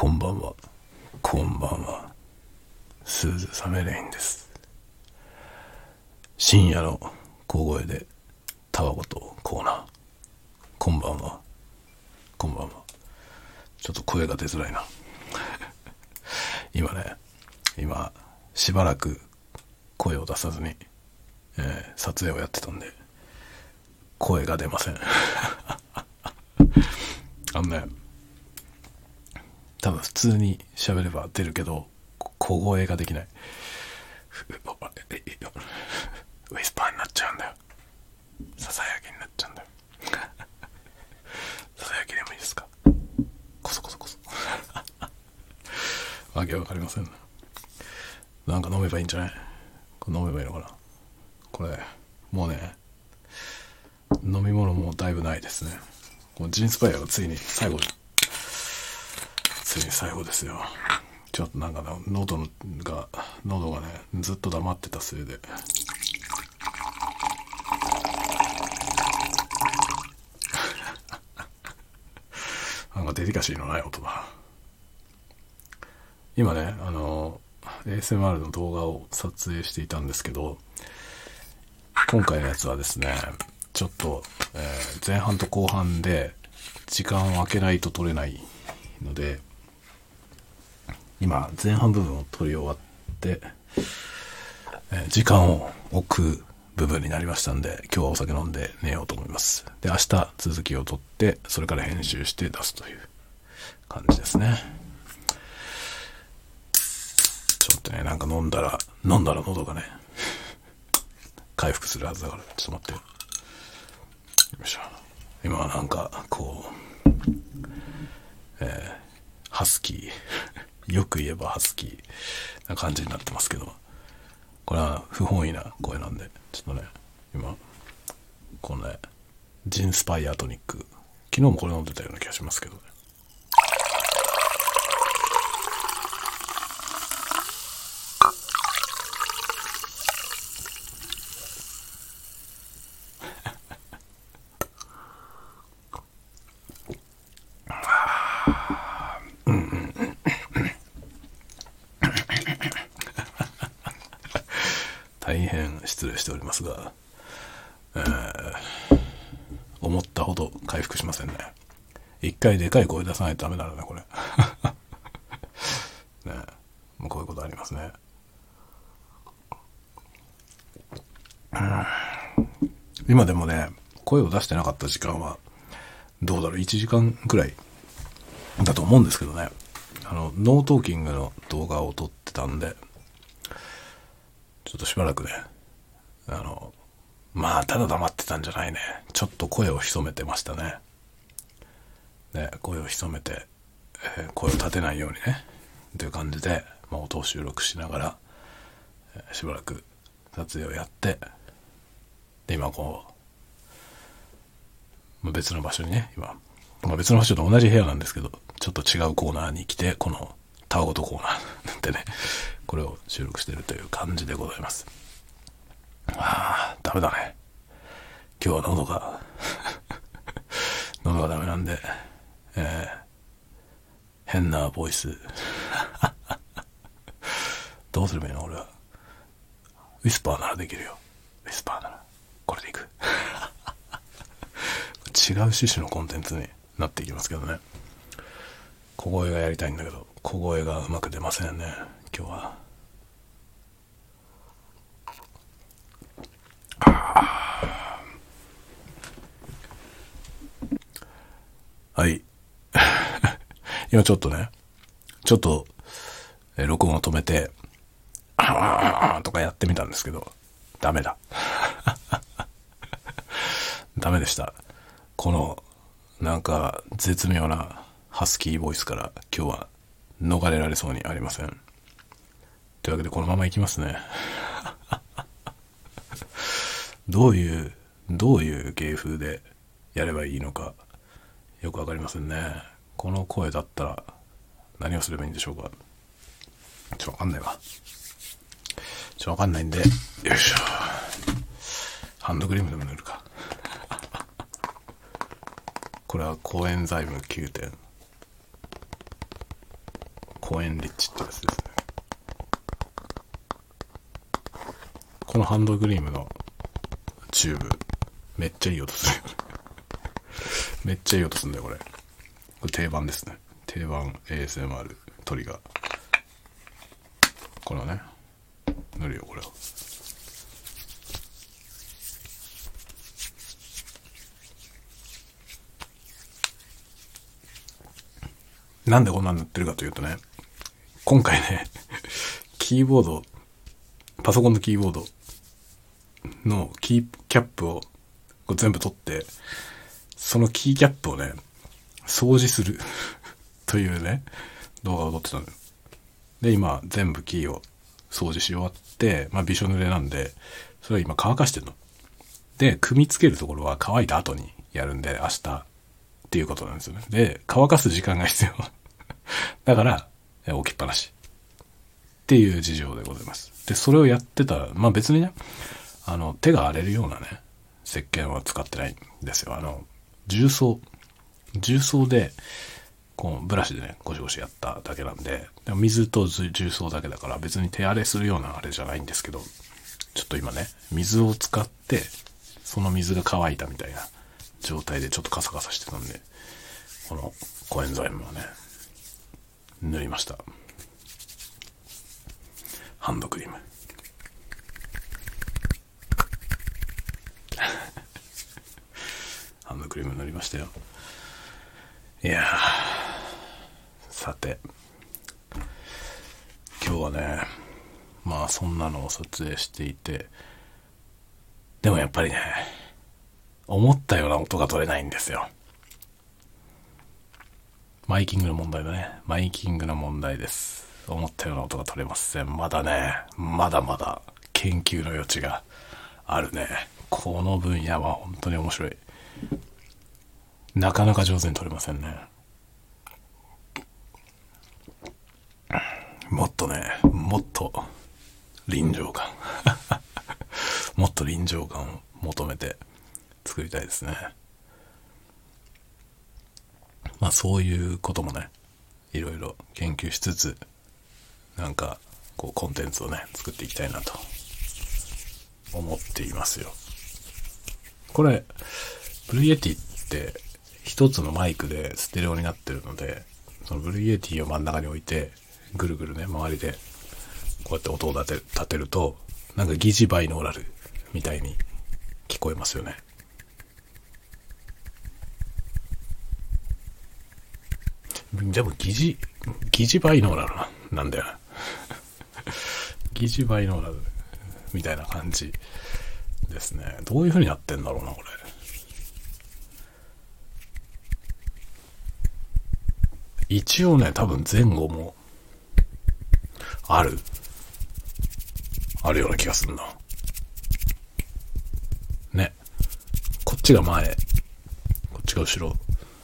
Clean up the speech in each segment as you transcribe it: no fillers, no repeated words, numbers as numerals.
こんばんは。こんばんは。スーズ・サメレインです。深夜の小声でタワゴとコーナー。こんばんは。こんばんは。ちょっと声が出づらいな。今しばらく声を出さずに、撮影をやってたんで声が出ません。多分普通に喋れば出るけど小声ができない。ウィスパーになっちゃうんだよ。ささやきになっちゃうんだよ。ささやきでもいいですか。こそこそこそ。わけわかりません。なんか飲めばいいんじゃない。これ飲めばいいのかな。これもうね、飲み物もだいぶないですね。このジンスパイアがついに最後ですよ。ちょっとなんか喉がねずっと黙ってたせいでなんかデリカシーのない音だ。今ねASMR の動画を撮影していたんですけど、今回のやつはですねちょっと、前半と後半で時間を空けないと撮れないので、今前半部分を撮り終わって、時間を置く部分になりましたんで、今日はお酒飲んで寝ようと思います。で、明日続きを撮ってそれから編集して出すという感じですね。ちょっとね、なんか飲んだら喉がね回復するはずだから、ちょっと待って。よいしょ。今はなんかこう、ハスキーよく言えばハスキーな感じになってますけど、これは不本意な声なんで、ちょっとね今このねジンスパイアトニック、昨日もこれ飲んでたような気がしますけどね。大変失礼しておりますが、思ったほど回復しませんね。一回でかい声出さないとダメだろうねこれ。ね、もうこういうことありますね。今でもね声を出してなかった時間はどうだろう、1時間くらいだと思うんですけどね。ノートーキングの動画を撮ってたんで、ちょっとしばらくねまあただ黙ってたんじゃないね、ちょっと声を潜めてましたね。で、声を潜めて、声を立てないようにねという感じで、音を収録しながら、しばらく撮影をやって、で今こう、別の場所にね別の場所と同じ部屋なんですけど、ちょっと違うコーナーに来て、このタワゴトコーナーでねこれを収録しているという感じでございます。ダメだね、今日は喉がダメなんで、変なボイスどうすればいいの俺は。ウィスパーならできるよ。ウィスパーならこれでいく。違う趣旨のコンテンツになっていきますけどね。小声がやりたいんだけど小声がうまく出ませんね今日は。はい。今ちょっと録音を止めてとかやってみたんですけど、ダメだ。ダメでした。このなんか絶妙なハスキーボイスから今日は逃れられそうにありません。というわけでこのままいきますね。どういう芸風でやればいいのかよくわかりませんね。この声だったら何をすればいいんでしょうか。わかんないわ。わかんないんで、よいしょ。ハンドクリームでも塗るか。これはコエンザイム9点。 コエンリッチってやつですね。このハンドクリームのチューブめっちゃいい音するめっちゃいい音するんだよこれ。これ定番ですね。定番 ASMR トリガー。これをね塗るよこれを。なんでこんなの塗ってるかというとね、今回ねキーボード、パソコンのキーボードのキーキャップを全部取って、そのキーキャップをね掃除するというね動画を撮ってたのよ。で今全部キーを掃除し終わって、びしょ濡れなんでそれを今乾かしてるので、組み付けるところは乾いた後にやるんで明日っていうことなんですよね。で乾かす時間が必要だから置きっぱなしっていう事情でございます。でそれをやってたら別にね手が荒れるようなね石鹸は使ってないんですよ。重曹でこうブラシでねゴシゴシやっただけなんで、水と重曹だけだから別に手荒れするようなあれじゃないんですけど、ちょっと今ね水を使ってその水が乾いたみたいな状態でちょっとカサカサしてたんで、このコエンザイムをね塗りました。ハンドクリームハンドクリーム塗りましたよ。いやー、さて今日はねそんなのを撮影していて、でもやっぱりね思ったような音が取れないんですよ。マイキングの問題だね。マイキングの問題です。思ったような音が取れません。まだまだ研究の余地があるね。この分野は本当に面白い。なかなか上手に取れませんね。もっと臨場感もっと臨場感を求めて作りたいですね。そういうこともねいろいろ研究しつつ、コンテンツをね作っていきたいなと思っていますよ。これブルーイエティって一つのマイクでステレオになってるので、そのブルーイエティを真ん中に置いてぐるぐるね周りでこうやって音を立てると疑似バイノーラルみたいに聞こえますよね。でも疑似バイノーラルなんだよな疑似バイノーラルみたいな感じですね。どういう風になってんだろうなこれ。一応ね多分前後もあるような気がするなね。こっちが前、こっちが後ろ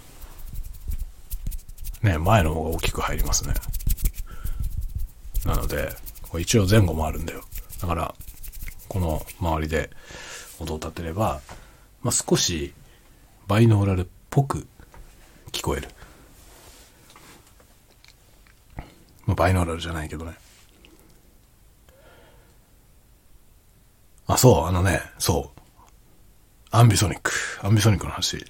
ね、前の方が大きく入りますね。なので一応前後もあるんだよ。だからこの周りで音を立てれば、少しバイノーラルっぽく聞こえる。バイノーラルじゃないけどね。そうアンビソニックの話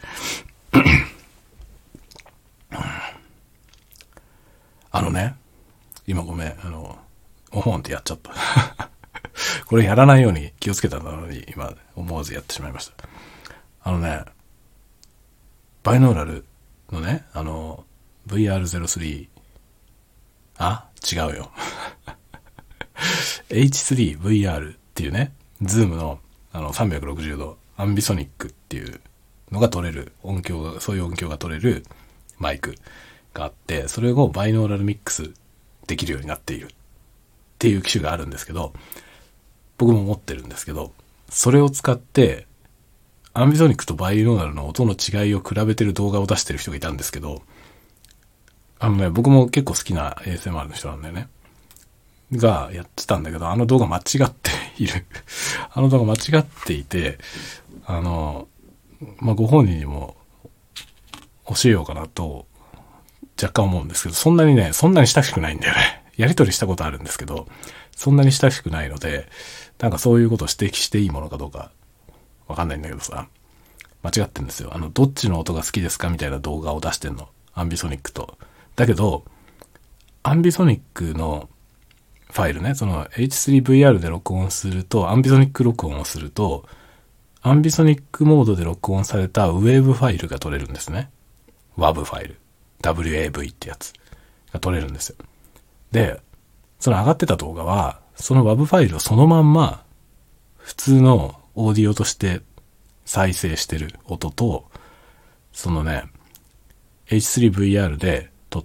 今ごめんおほんってやっちゃったこれやらないように気をつけたのに今思わずやってしまいました。バイノーラルのねVR03 違うよH3VR っていうねズームの360度アンビソニックっていうのが取れるそういう音響が取れるマイクがあって、それをバイノーラルミックスできるようになっているっていう機種があるんですけど、僕も持ってるんですけど、それを使ってアンビソニックとバイノーラルの音の違いを比べてる動画を出してる人がいたんですけど、僕も結構好きな ASMR の人なんだよねがやってたんだけど、あの動画間違っているあの動画間違っていて、ご本人にも教えようかなと若干思うんですけど、そんなに親しくないんだよね。やりとりしたことあるんですけど、そんなに親しくないので、なんかそういうことを指摘していいものかどうかわかんないんだけどさ、間違ってんですよ。どっちの音が好きですかみたいな動画を出してんの。アンビソニックと。だけど、アンビソニックのファイルね、その H3VR で録音すると、アンビソニック録音をすると、アンビソニックモードで録音されたウェーブファイルが取れるんですね。WAV ファイル。WAV ってやつが取れるんですよ。で、その上がってた動画は、その WAV ファイルをそのまんま、普通のオーディオとして再生してる音と、そのね、H3VR で撮った、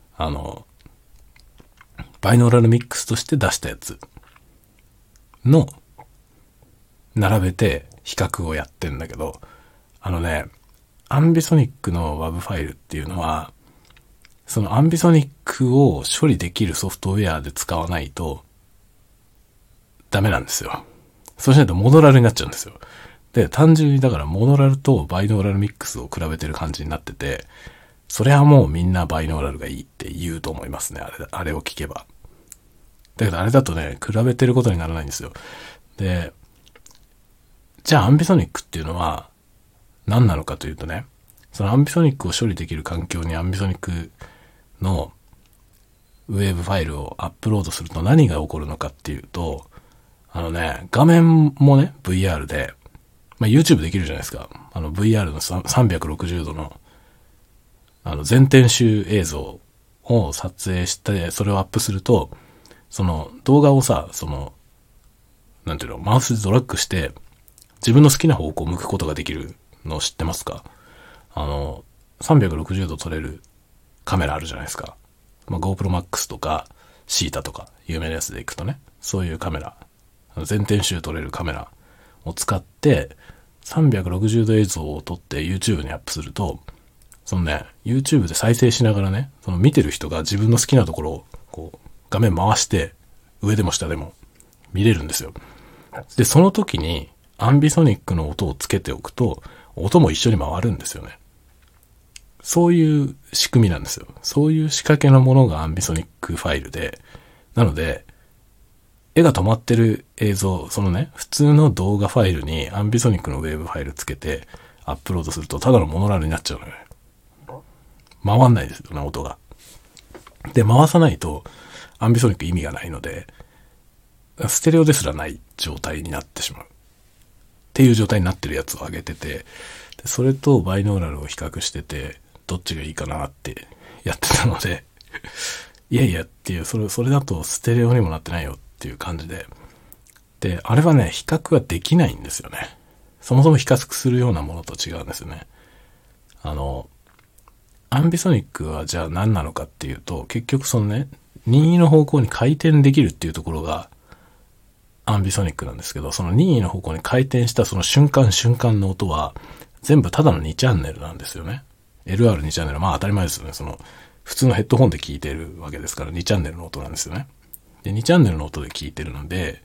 バイノーラルミックスとして出したやつの、並べて比較をやってんだけど、アンビソニックの WAV ファイルっていうのは、そのアンビソニックを処理できるソフトウェアで使わないとダメなんですよ。そうしないとモノラルになっちゃうんですよ。で、単純にだからモノラルとバイノーラルミックスを比べてる感じになってて、それはもうみんなバイノーラルがいいって言うと思いますね。あれを聞けば。だけどあれだとね、比べてることにならないんですよ。で、じゃあアンビソニックっていうのは何なのかというとね、そのアンビソニックを処理できる環境にアンビソニックのウェーブファイルをアップロードすると何が起こるのかっていうと、画面もね、VR で、YouTube できるじゃないですか。VR の360度の、全天集映像を撮影して、それをアップすると、その動画をさ、なんていうの、マウスでドラッグして、自分の好きな方向を向くことができるのを知ってますか？360度撮れるカメラあるじゃないですか。GoPro Max とか、シータとか、有名なやつでいくとね、そういうカメラ、全天集撮れるカメラを使って、360度映像を撮って YouTube にアップすると、YouTube で再生しながらね、その見てる人が自分の好きなところを、こう、画面回して、上でも下でも見れるんですよ。で、その時に、アンビソニックの音をつけておくと、音も一緒に回るんですよね。そういう仕組みなんですよ。そういう仕掛けのものがアンビソニックファイルで、なので、絵が止まってる映像、普通の動画ファイルにアンビソニックのウェーブファイルつけてアップロードすると、ただのモノラルになっちゃうのよね。回んないですよね、音が。で、回さないと、アンビソニック意味がないので、ステレオですらない状態になってしまう。っていう状態になってるやつを上げてて、でそれとバイノーラルを比較してて、どっちがいいかなってやってたので、いやいやっていう、それだとステレオにもなってないよっていう感じで。で、あれはね、比較はできないんですよね。そもそも比較するようなものと違うんですよね。アンビソニックはじゃあ何なのかっていうと、結局任意の方向に回転できるっていうところがアンビソニックなんですけど、その任意の方向に回転したその瞬間瞬間の音は全部ただの2チャンネルなんですよね。LR2 チャンネル、当たり前ですよね。普通のヘッドホンで聞いてるわけですから2チャンネルの音なんですよね。で、2チャンネルの音で聞いてるので、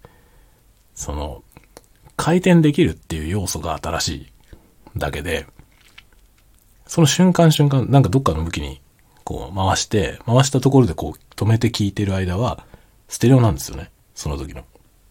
回転できるっていう要素が新しいだけで、その瞬間瞬間、なんかどっかの向きにこう回したところでこう止めて聞いてる間はステレオなんですよね。その時の。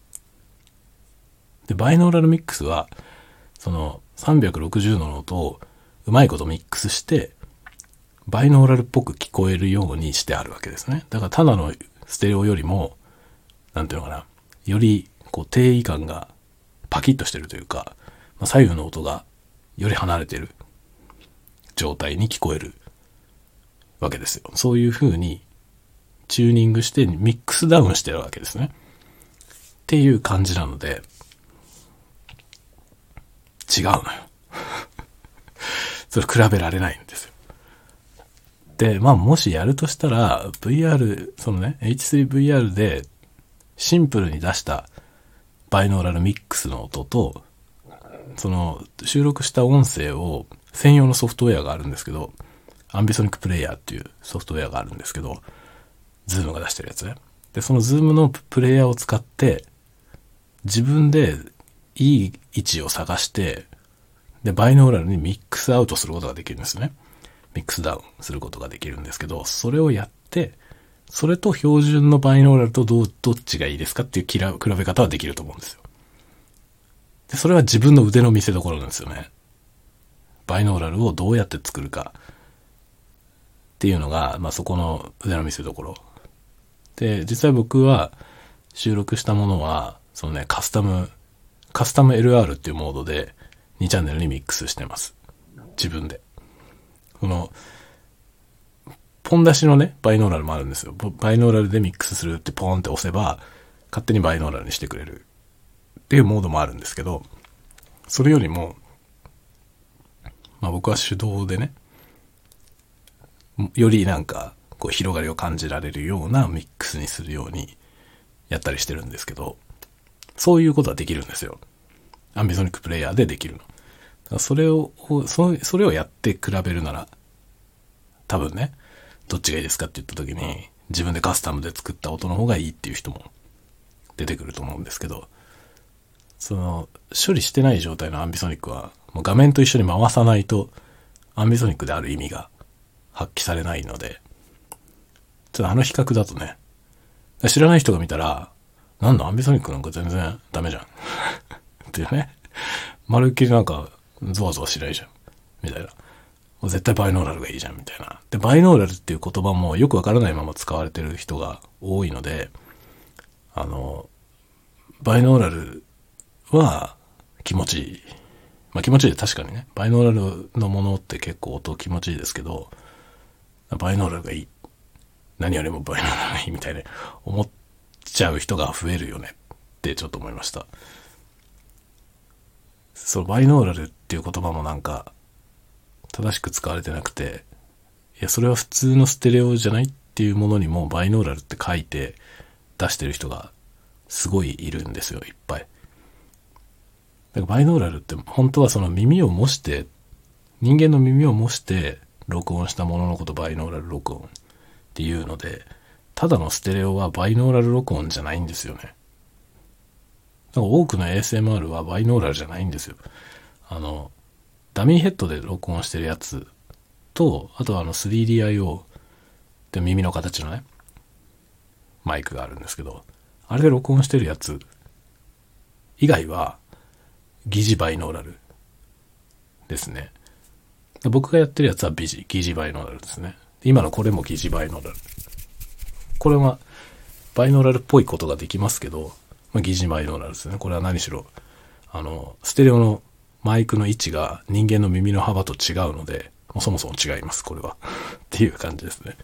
で、バイノーラルミックスは、360度の音をうまいことミックスして、バイノーラルっぽく聞こえるようにしてあるわけですね。だからただのステレオよりも、なんていうのかな、よりこう定位感がパキッとしてるというか、左右の音がより離れてる状態に聞こえるわけですよ。そういう風にチューニングしてミックスダウンしてるわけですね。っていう感じなので、違うのよ。それ比べられないんですよ。で、もしやるとしたら、VR、H3VR でシンプルに出したバイノーラルミックスの音と、収録した音声を専用のソフトウェアがあるんですけど、アンビソニックプレイヤーっていうソフトウェアがあるんですけど、ズームが出してるやつね。で、そのズームのプレイヤーを使って、自分でいい位置を探して、で、バイノーラルにミックスアウトすることができるんですね。 ミックスダウンすることができるんですけど、それをやって、それと標準のバイノーラルとどっちがいいですかっていう比べ方はできると思うんですよ。で、それは自分の腕の見せ所なんですよね。バイノーラルをどうやって作るかっていうのが、そこの腕の見せ所。で、実際僕は収録したものは、そのね、カスタム LR っていうモードで2チャンネルにミックスしてます。自分で。ポン出しのね、バイノーラルもあるんですよ。バイノーラルでミックスするってポーンって押せば、勝手にバイノーラルにしてくれるっていうモードもあるんですけど、それよりも、僕は手動でね、より広がりを感じられるようなミックスにするようにやったりしてるんですけど、そういうことはできるんですよ。アンビソニックプレイヤーでできるの。だからそれをやって比べるなら、多分ね、どっちがいいですかって言った時に、自分でカスタムで作った音の方がいいっていう人も出てくると思うんですけど、処理してない状態のアンビソニックは、もう画面と一緒に回さないと、アンビソニックである意味が発揮されないので、ちょっと比較だとね、知らない人が見たら、なんだアンビソニックなんか全然ダメじゃん。っていうね。まるっきりゾワゾワしないじゃん。みたいな。もう絶対バイノーラルがいいじゃん。みたいな。で、バイノーラルっていう言葉もよくわからないまま使われてる人が多いので、バイノーラルは気持ちいい。気持ちいいで確かにね。バイノーラルのものって結構音気持ちいいですけど、バイノーラルがいい。何よりもバイノーラルがいいみたいに思っちゃう人が増えるよねってちょっと思いました。バイノーラルっていう言葉も正しく使われてなくて、いや、それは普通のステレオじゃないっていうものにもバイノーラルって書いて出してる人がすごいいるんですよ、いっぱい。だからバイノーラルって本当は人間の耳を模して録音したもののことバイノーラル録音っていうので、ただのステレオはバイノーラル録音じゃないんですよね。多くの ASMR はバイノーラルじゃないんですよ。ダミーヘッドで録音してるやつと、あとは3DIO って耳の形のね、マイクがあるんですけど、あれで録音してるやつ以外は疑似バイノーラルですね。僕がやってるやつは疑似バイノーラルですね。今のこれも疑似バイノーラル。これはバイノーラルっぽいことができますけど、疑似バイノーラルですね。これは何しろステレオのマイクの位置が人間の耳の幅と違うので、そもそも違います、これは。っていう感じですね。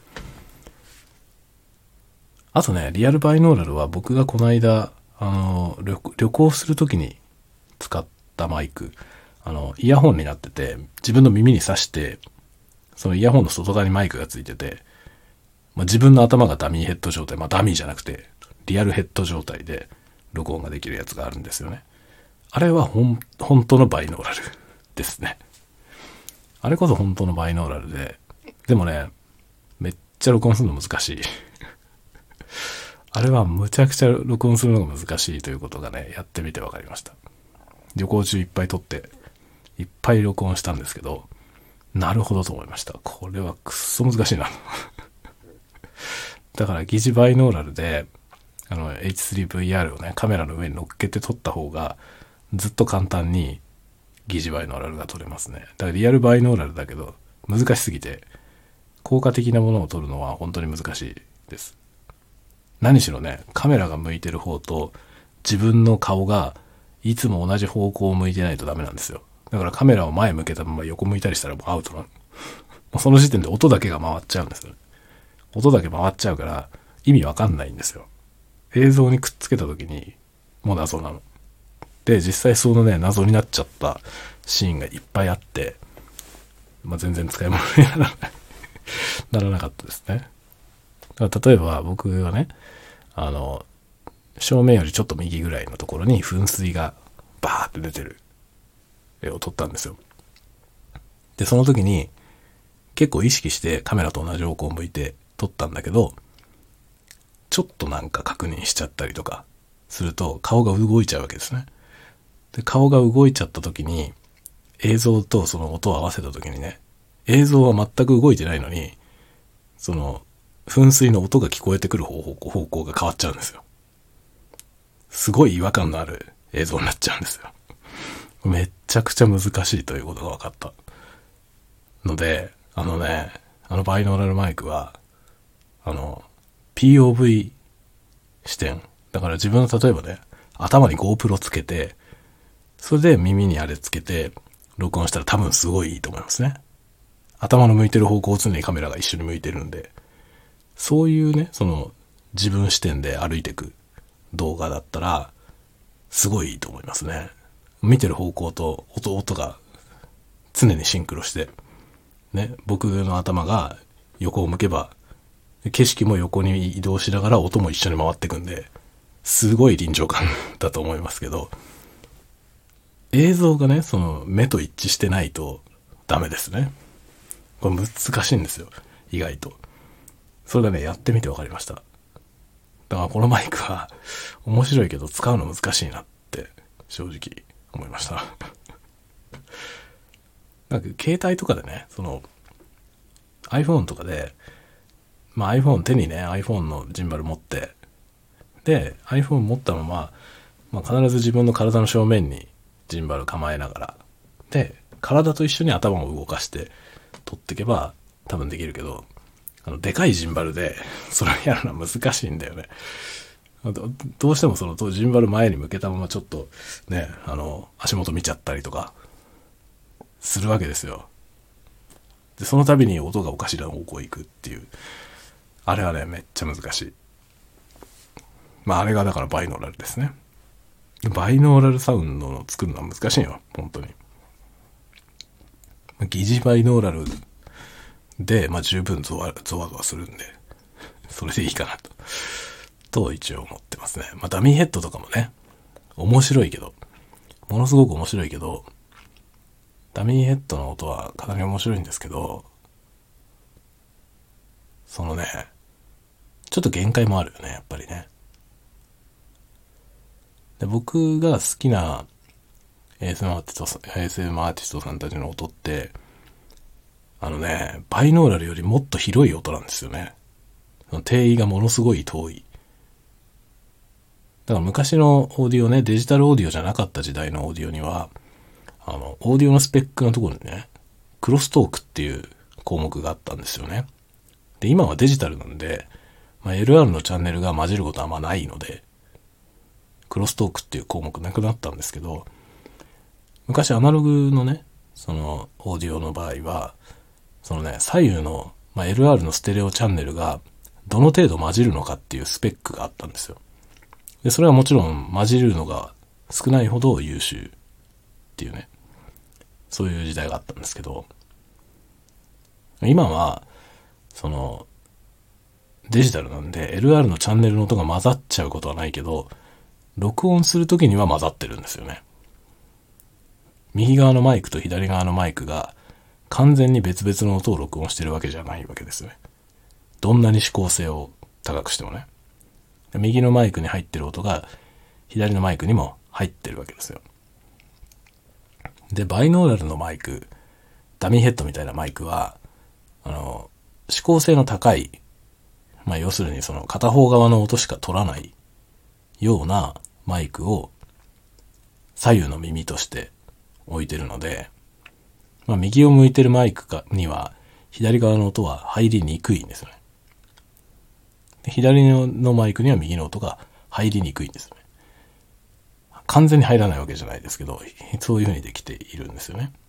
あとね、リアルバイノーラルは僕がこの間、旅行するときに使ったマイク、イヤホンになってて、自分の耳に挿して、そのイヤホンの外側にマイクがついてて、自分の頭がダミーヘッド状態、ダミーじゃなくて、リアルヘッド状態で録音ができるやつがあるんですよね。あれは本当のバイノーラルですね。あれこそ本当のバイノーラルで、でもね、めっちゃ録音するの難しい。あれはむちゃくちゃ録音するのが難しいということがね、やってみて分かりました。旅行中いっぱい撮って、いっぱい録音したんですけど、なるほどと思いました。これはくっそ難しいな。だから疑似バイノーラルで、H3VR をね、カメラの上に乗っけて撮った方が、ずっと簡単に疑似バイノーラルが撮れますね。だからリアルバイノーラルだけど、難しすぎて、効果的なものを撮るのは本当に難しいです。何しろね、カメラが向いてる方と自分の顔がいつも同じ方向を向いてないとダメなんですよ。だからカメラを前向けたまま横向いたりしたらもうアウトなの。もうその時点で音だけが回っちゃうんですよ。音だけ回っちゃうから意味わかんないんですよ。映像にくっつけた時にもう謎なの。で、実際そのね、謎になっちゃったシーンがいっぱいあって、全然使い物にならなかったですね。だから例えば僕はね、正面よりちょっと右ぐらいのところに噴水がバーって出てる絵を撮ったんですよ。で、その時に結構意識してカメラと同じ方向を向いて撮ったんだけど、ちょっと確認しちゃったりとかすると顔が動いちゃうわけですね。で、顔が動いちゃった時に映像とその音を合わせた時にね、 映像は全く動いてないのに、その、噴水の音が聞こえてくる方向が変わっちゃうんですよ。すごい違和感のある映像になっちゃうんですよ。めっちゃくちゃ難しいということが分かったので、バイノーラルマイクはPOV 視点だから、自分の例えばね、頭に GoPro つけて、それで耳にあれつけて録音したら多分すごいいいと思いますね。頭の向いてる方向を常にカメラが一緒に向いてるんで、そういうね、その自分視点で歩いていく動画だったらすごいいいと思いますね。見てる方向と音が常にシンクロしてね、僕の頭が横を向けば景色も横に移動しながら音も一緒に回っていくんで、すごい臨場感だと思いますけど、映像がね、その目と一致してないとダメですね。これ難しいんですよ、意外と。それがね、やってみて分かりました。だからこのマイクは面白いけど使うの難しいなって正直思いました。なんか携帯とかでね、その iPhone とかで、iPhone 手にね、iPhone のジンバル持って、で iPhone 持ったまま、必ず自分の体の正面にジンバル構えながら、で体と一緒に頭を動かして撮っていけば多分できるけど、でかいジンバルでそれをやるのは難しいんだよね。どうしてもそのジンバル前に向けたままちょっとね、足元見ちゃったりとかするわけですよ。でその度に音がおかしな方向行くっていう、あれはねめっちゃ難しい。あれがだからバイノーラルですね。バイノーラルサウンドを作るのは難しいよ、本当に。疑似バイノーラルで、十分ゾワゾワするんで、それでいいかなと一応思ってますね。ダミーヘッドとかもね、面白いけど、ものすごく面白いけど、ダミーヘッドの音はかなり面白いんですけど、そのね、ちょっと限界もあるよね、やっぱりね。で、僕が好きな ASMR アーティストさんたちの音って、バイノーラルよりもっと広い音なんですよね。定位がものすごい遠い。だから昔のオーディオね、デジタルオーディオじゃなかった時代のオーディオには、オーディオのスペックのところにね、クロストークっていう項目があったんですよね。で、今はデジタルなんで、LR のチャンネルが混じることはあんまないので、クロストークっていう項目なくなったんですけど、昔アナログのね、そのオーディオの場合は、そのね、左右の、LR のステレオチャンネルがどの程度混じるのかっていうスペックがあったんですよ。で、それはもちろん混じるのが少ないほど優秀っていうね、そういう時代があったんですけど、今は、その、デジタルなんで LR のチャンネルの音が混ざっちゃうことはないけど、録音するときには混ざってるんですよね。右側のマイクと左側のマイクが完全に別々の音を録音してるわけじゃないわけですよね。どんなに指向性を高くしてもね。右のマイクに入ってる音が左のマイクにも入ってるわけですよ。で、バイノーラルのマイク、ダミーヘッドみたいなマイクは、指向性の高い、要するにその片方側の音しか取らないようなマイクを左右の耳として置いてるので、右を向いてるマイクには左側の音は入りにくいんですよね。で、左のマイクには右の音が入りにくいんですよね。完全に入らないわけじゃないですけど、そういう風にできているんですよね。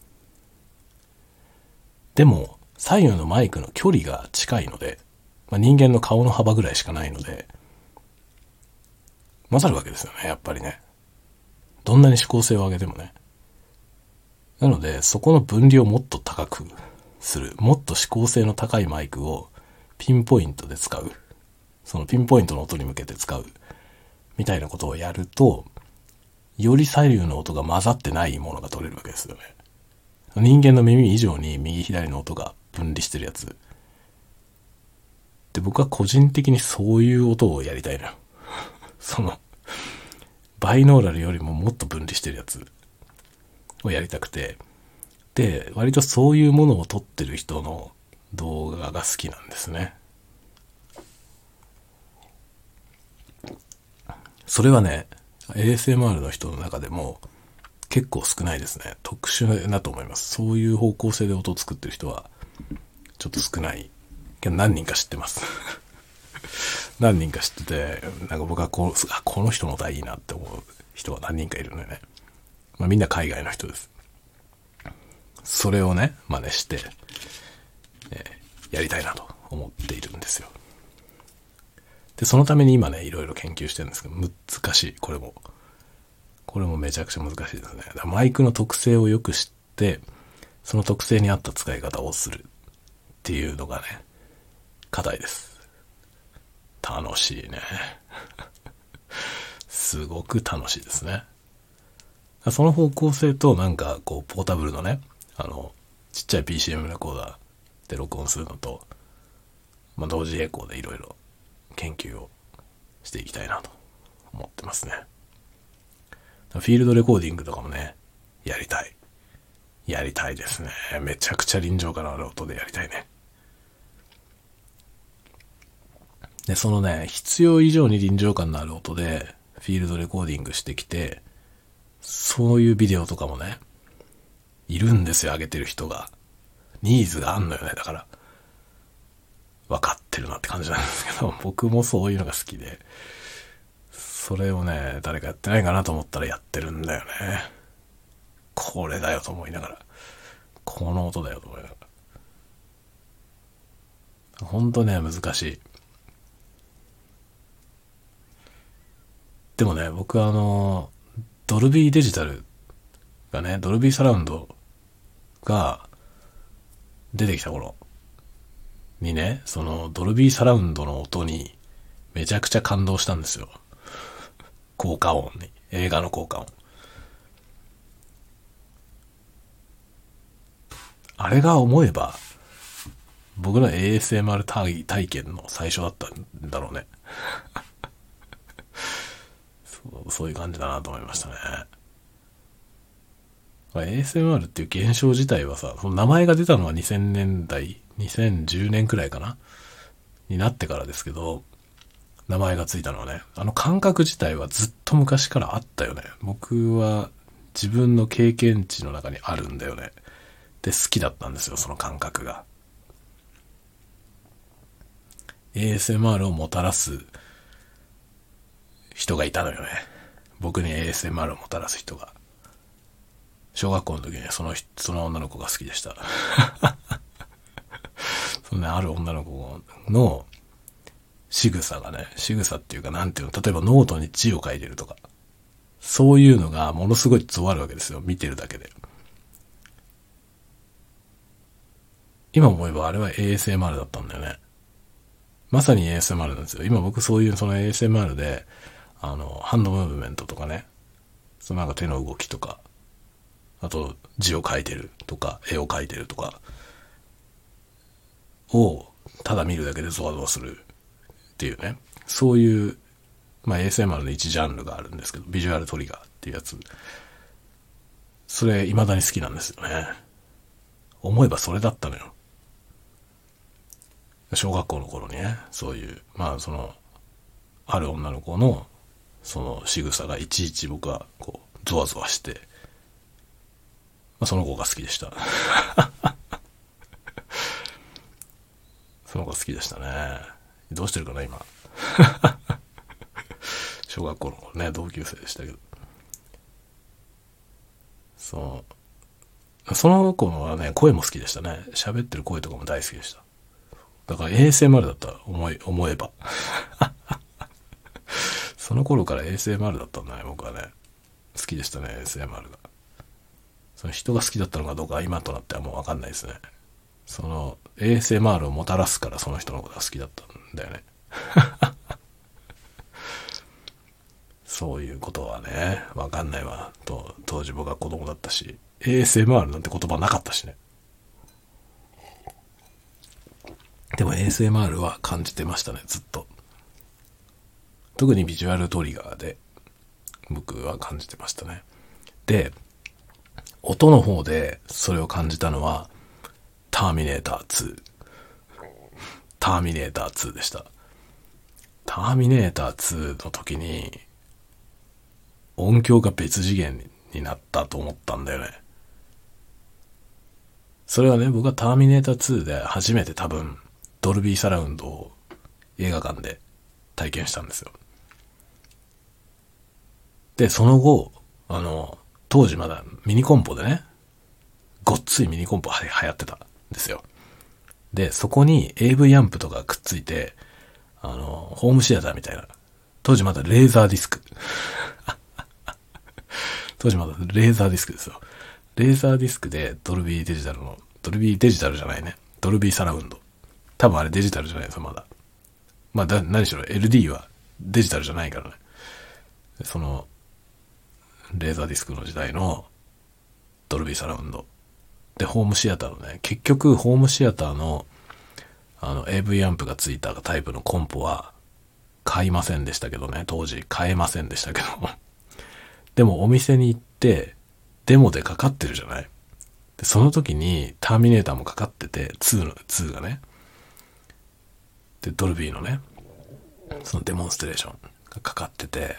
でも左右のマイクの距離が近いので、人間の顔の幅ぐらいしかないので混ざるわけですよね、やっぱりね。どんなに指向性を上げてもね。なので、そこの分離をもっと高くする。もっと指向性の高いマイクをピンポイントで使う。そのピンポイントの音に向けて使う。みたいなことをやると、より左右の音が混ざってないものが取れるわけですよね。人間の耳以上に右左の音が分離してるやつ。で、僕は個人的にそういう音をやりたいのよ。その、バイノーラルよりももっと分離してるやつをやりたくて、 で、割とそういうものを撮ってる人の動画が好きなんですね。それはね、ASMR の人の中でも結構少ないですね。特殊だと思います。そういう方向性で音を作ってる人はちょっと少ない。けど何人か知ってます。何人か知ってて、なんか僕はこの人の歌いいなって思う人は何人かいるのよね。まあみんな海外の人です。それをね、真似して、やりたいなと思っているんですよ。で、そのために今ね、いろいろ研究してるんですけど、難しい。これもめちゃくちゃ難しいですね。だからマイクの特性をよく知って、その特性に合った使い方をするっていうのがね、課題です。楽しいね。すごく楽しいですね。その方向性となんかこうポータブルのね、ちっちゃい PCM レコーダーで録音するのと、まあ、同時並行でいろいろ研究をしていきたいなと思ってますね。フィールドレコーディングとかもね、やりたいですね。めちゃくちゃ臨場感のある音でやりたいね。で、そのね、必要以上に臨場感のある音でフィールドレコーディングしてきて、そういうビデオとかもね、いるんですよ、上げてる人が。ニーズがあんのよね、だから。分かってるなって感じなんですけど、僕もそういうのが好きで、それをね、誰かやってないかなと思ったらやってるんだよね。これだよと思いながら。この音だよと思いながら。ほんとね、難しい。でもね、僕はドルビーデジタルがね、ドルビーサラウンドが出てきた頃にね、そのドルビーサラウンドの音にめちゃくちゃ感動したんですよ。効果音に。映画の効果音。あれが思えば、僕の ASMR 体験の最初だったんだろうね。そういう感じだなと思いましたね。ASMR っていう現象自体はさ、その名前が出たのは2000年代、2010年くらいかなになってからですけど、名前がついたのはね、あの感覚自体はずっと昔からあったよね。僕は自分の経験値の中にあるんだよね。で、好きだったんですよ、その感覚が。ASMR をもたらす人がいたのよね。僕に ASMR をもたらす人が。小学校の時にその女の子が好きでした。そのね、ある女の子の仕草がね、仕草っていうかなんていうの、例えばノートに字を書いてるとか、そういうのがものすごい伝わるわけですよ、見てるだけで。今思えばあれは ASMR だったんだよね。まさに ASMR なんですよ。今僕そういうその ASMR で、ハンドムーブメントとかね、そのなんか手の動きとか、あと字を書いてるとか、絵を描いてるとか、をただ見るだけでゾワゾワするっていうね、そういう、まあ ASMR の一ジャンルがあるんですけど、ビジュアルトリガーっていうやつ、それ未だに好きなんですよね。思えばそれだったのよ。小学校の頃にね、そういう、まあその、ある女の子の、その仕草がいちいち僕はこう、ゾワゾワして、まあその子が好きでした。その子が好きでしたね。どうしてるかな、今。小学校の頃ね、同級生でしたけど。その子はね、声も好きでしたね。喋ってる声とかも大好きでした。だから ASMR だった、思えば。その頃から ASMR だったんだね、僕はね。好きでしたね、ASMR が。その人が好きだったのかどうか今となってはもうわかんないですね。その ASMR をもたらすからその人のことが好きだったんだよね。そういうことはね、わかんないわ。当時僕は子供だったし、ASMR なんて言葉なかったしね。でも ASMR は感じてましたね、ずっと。特にビジュアルトリガーで僕は感じてましたね。で、 音の方でそれを感じたのは、ターミネーター2。ターミネーター2でした。ターミネーター2の時に、音響が別次元になったと思ったんだよね。それはね、僕はターミネーター2で初めて多分、ドルビーサラウンドを映画館で体験したんですよ。で、その後、当時まだミニコンポでね、ごっついミニコンポ流行ってたんですよ。で、そこに AV アンプとかくっついて、ホームシアターみたいな。当時まだレーザーディスク。当時まだレーザーディスクですよ。レーザーディスクでドルビーデジタルじゃないね。ドルビーサラウンド。多分あれデジタルじゃないですよ、まだ。まあ、何しろ LD はデジタルじゃないからね。その、レーザーディスクの時代のドルビーサラウンド。で、ホームシアターのね、結局ホームシアターのAV アンプがついたタイプのコンポは買いませんでしたけどね、当時買えませんでしたけど。でもお店に行ってデモでかかってるじゃない。で、その時にターミネーターもかかってて、2がね。で、ドルビーのね、そのデモンストレーションがかかってて、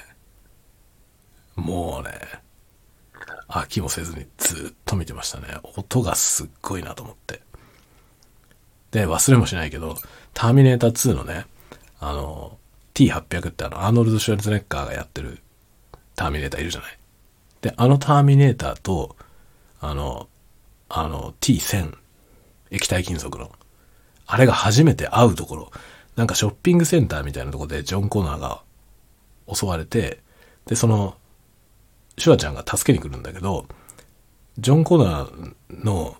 もうね、飽きもせずにずっと見てましたね。音がすっごいなと思って。で、忘れもしないけど、ターミネーター2のね、T800 ってアーノルド・シュワルツェネッガーがやってるターミネーターいるじゃない。で、ターミネーターと、T1000、液体金属の、あれが初めて会うところ、なんかショッピングセンターみたいなところでジョン・コナーが襲われて、で、シュワちゃんが助けに来るんだけど、ジョン・コナーの、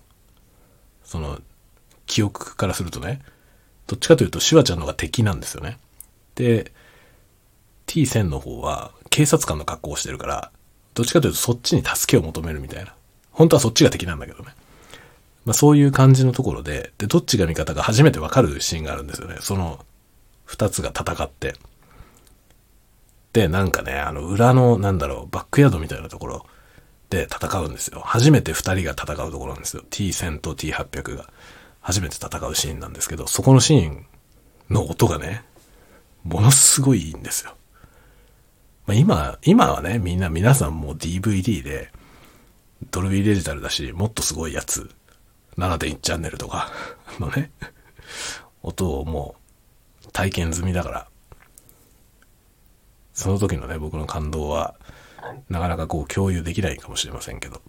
記憶からするとね、どっちかというとシュワちゃんの方が敵なんですよね。で、T1000 の方は警察官の格好をしてるから、どっちかというとそっちに助けを求めるみたいな。本当はそっちが敵なんだけどね。まあそういう感じのところで、どっちが味方か初めてわかるシーンがあるんですよね。その二つが戦って。で、なんかね、裏の、バックヤードみたいなところで戦うんですよ。初めて二人が戦うところなんですよ。T1000 と T800 が初めて戦うシーンなんですけど、そこのシーンの音がね、ものすごいいいんですよ。まあ、今はね、皆さんもう DVD で、ドルビーデジタルだし、もっとすごいやつ、7.1 チャンネルとかのね、音をもう体験済みだから、その時のね、僕の感動は、なかなか共有できないかもしれませんけど、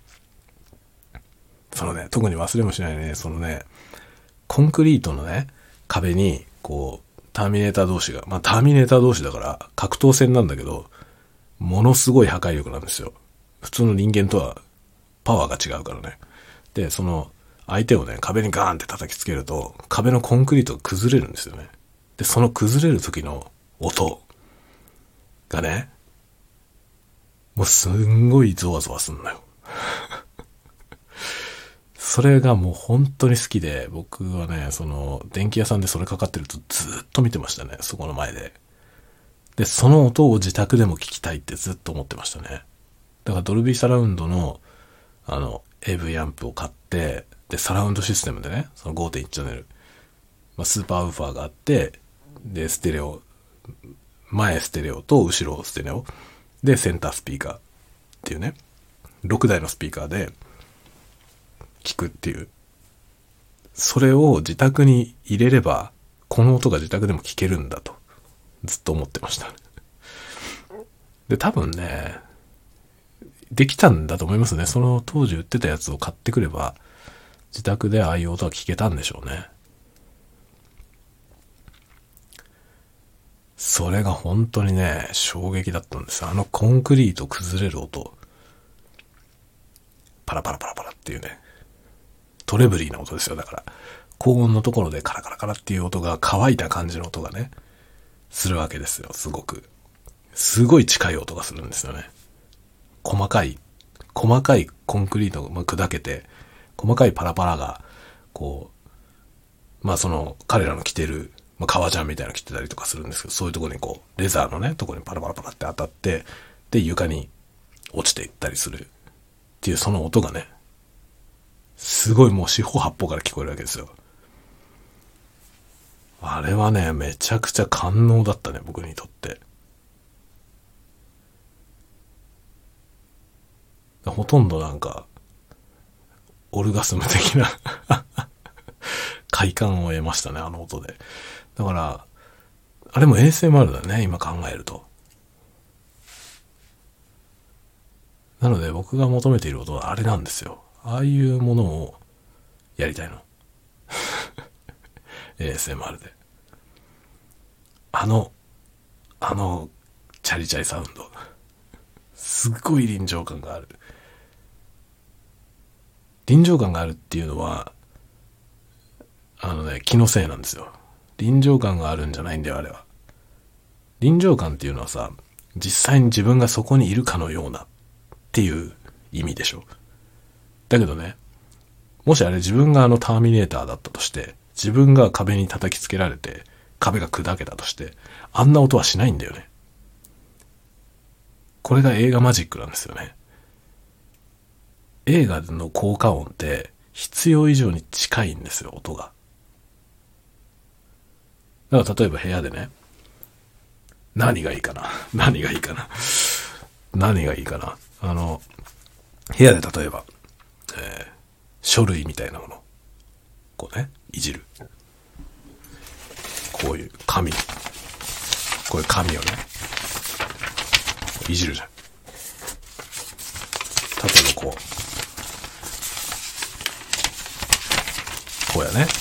特に忘れもしないね、コンクリートのね、壁に、ターミネーター同士が、まあターミネーター同士だから格闘戦なんだけど、ものすごい破壊力なんですよ。普通の人間とはパワーが違うからね。で、相手をね、壁にガーンって叩きつけると、壁のコンクリートが崩れるんですよね。で、その崩れる時の音がね、もうすんごいゾワゾワすんのよ。それがもう本当に好きで、僕はね、電気屋さんでそれかかってるとずっと見てましたね、そこの前で。で、その音を自宅でも聞きたいってずっと思ってましたね。だからドルビーサラウンドの、AV アンプを買って、で、サラウンドシステムでね、その 5.1 チャンネル、まあ、スーパーウーファーがあって、で、ステレオ、前ステレオと後ろステレオ、で、センタースピーカーっていうね、6台のスピーカーで、聞くっていう。それを自宅に入れれば、この音が自宅でも聞けるんだと、ずっと思ってました。で、多分ね、できたんだと思いますね。その当時売ってたやつを買ってくれば、自宅でああいう音は聞けたんでしょうね。それが本当にね、衝撃だったんです。コンクリート崩れる音。パラパラパラパラっていうね。トレブリーな音ですよ。だから、高音のところでカラカラカラっていう音が乾いた感じの音がね、するわけですよ。すごい近い音がするんですよね。細かいコンクリートが砕けて、細かいパラパラが、まあ彼らの着てる、まあ革ジャンみたいなの着てたりとかするんですけど、そういうところにレザーのね、ところにパラパラパラって当たって、で、床に落ちていったりするっていうその音がね、すごいもう四方八方から聞こえるわけですよ。あれはね、めちゃくちゃ感動だったね、僕にとって。ほとんどなんか、オルガスム的な快感を得ましたね、あの音で。だから、あれも ASMR だね、今考えると。なので僕が求めている音はあれなんですよ。ああいうものをやりたいの。ASMR で。あの、チャリチャリサウンド。すっごい臨場感がある。臨場感があるっていうのは、気のせいなんですよ。臨場感があるんじゃないんだよ、あれは。臨場感っていうのはさ、実際に自分がそこにいるかのようなっていう意味でしょ。だけどね、もしあれ自分がターミネーターだったとして、自分が壁に叩きつけられて、壁が砕けたとして、あんな音はしないんだよね。これが映画マジックなんですよね。映画の効果音って必要以上に近いんですよ、音が。だから例えば部屋でね、何がいいかな何がいいかな何がいいかな部屋で例えば、書類みたいなもの、こうね、いじる。こういう紙。こういう紙をね、いじるじゃん。例えばこうやね。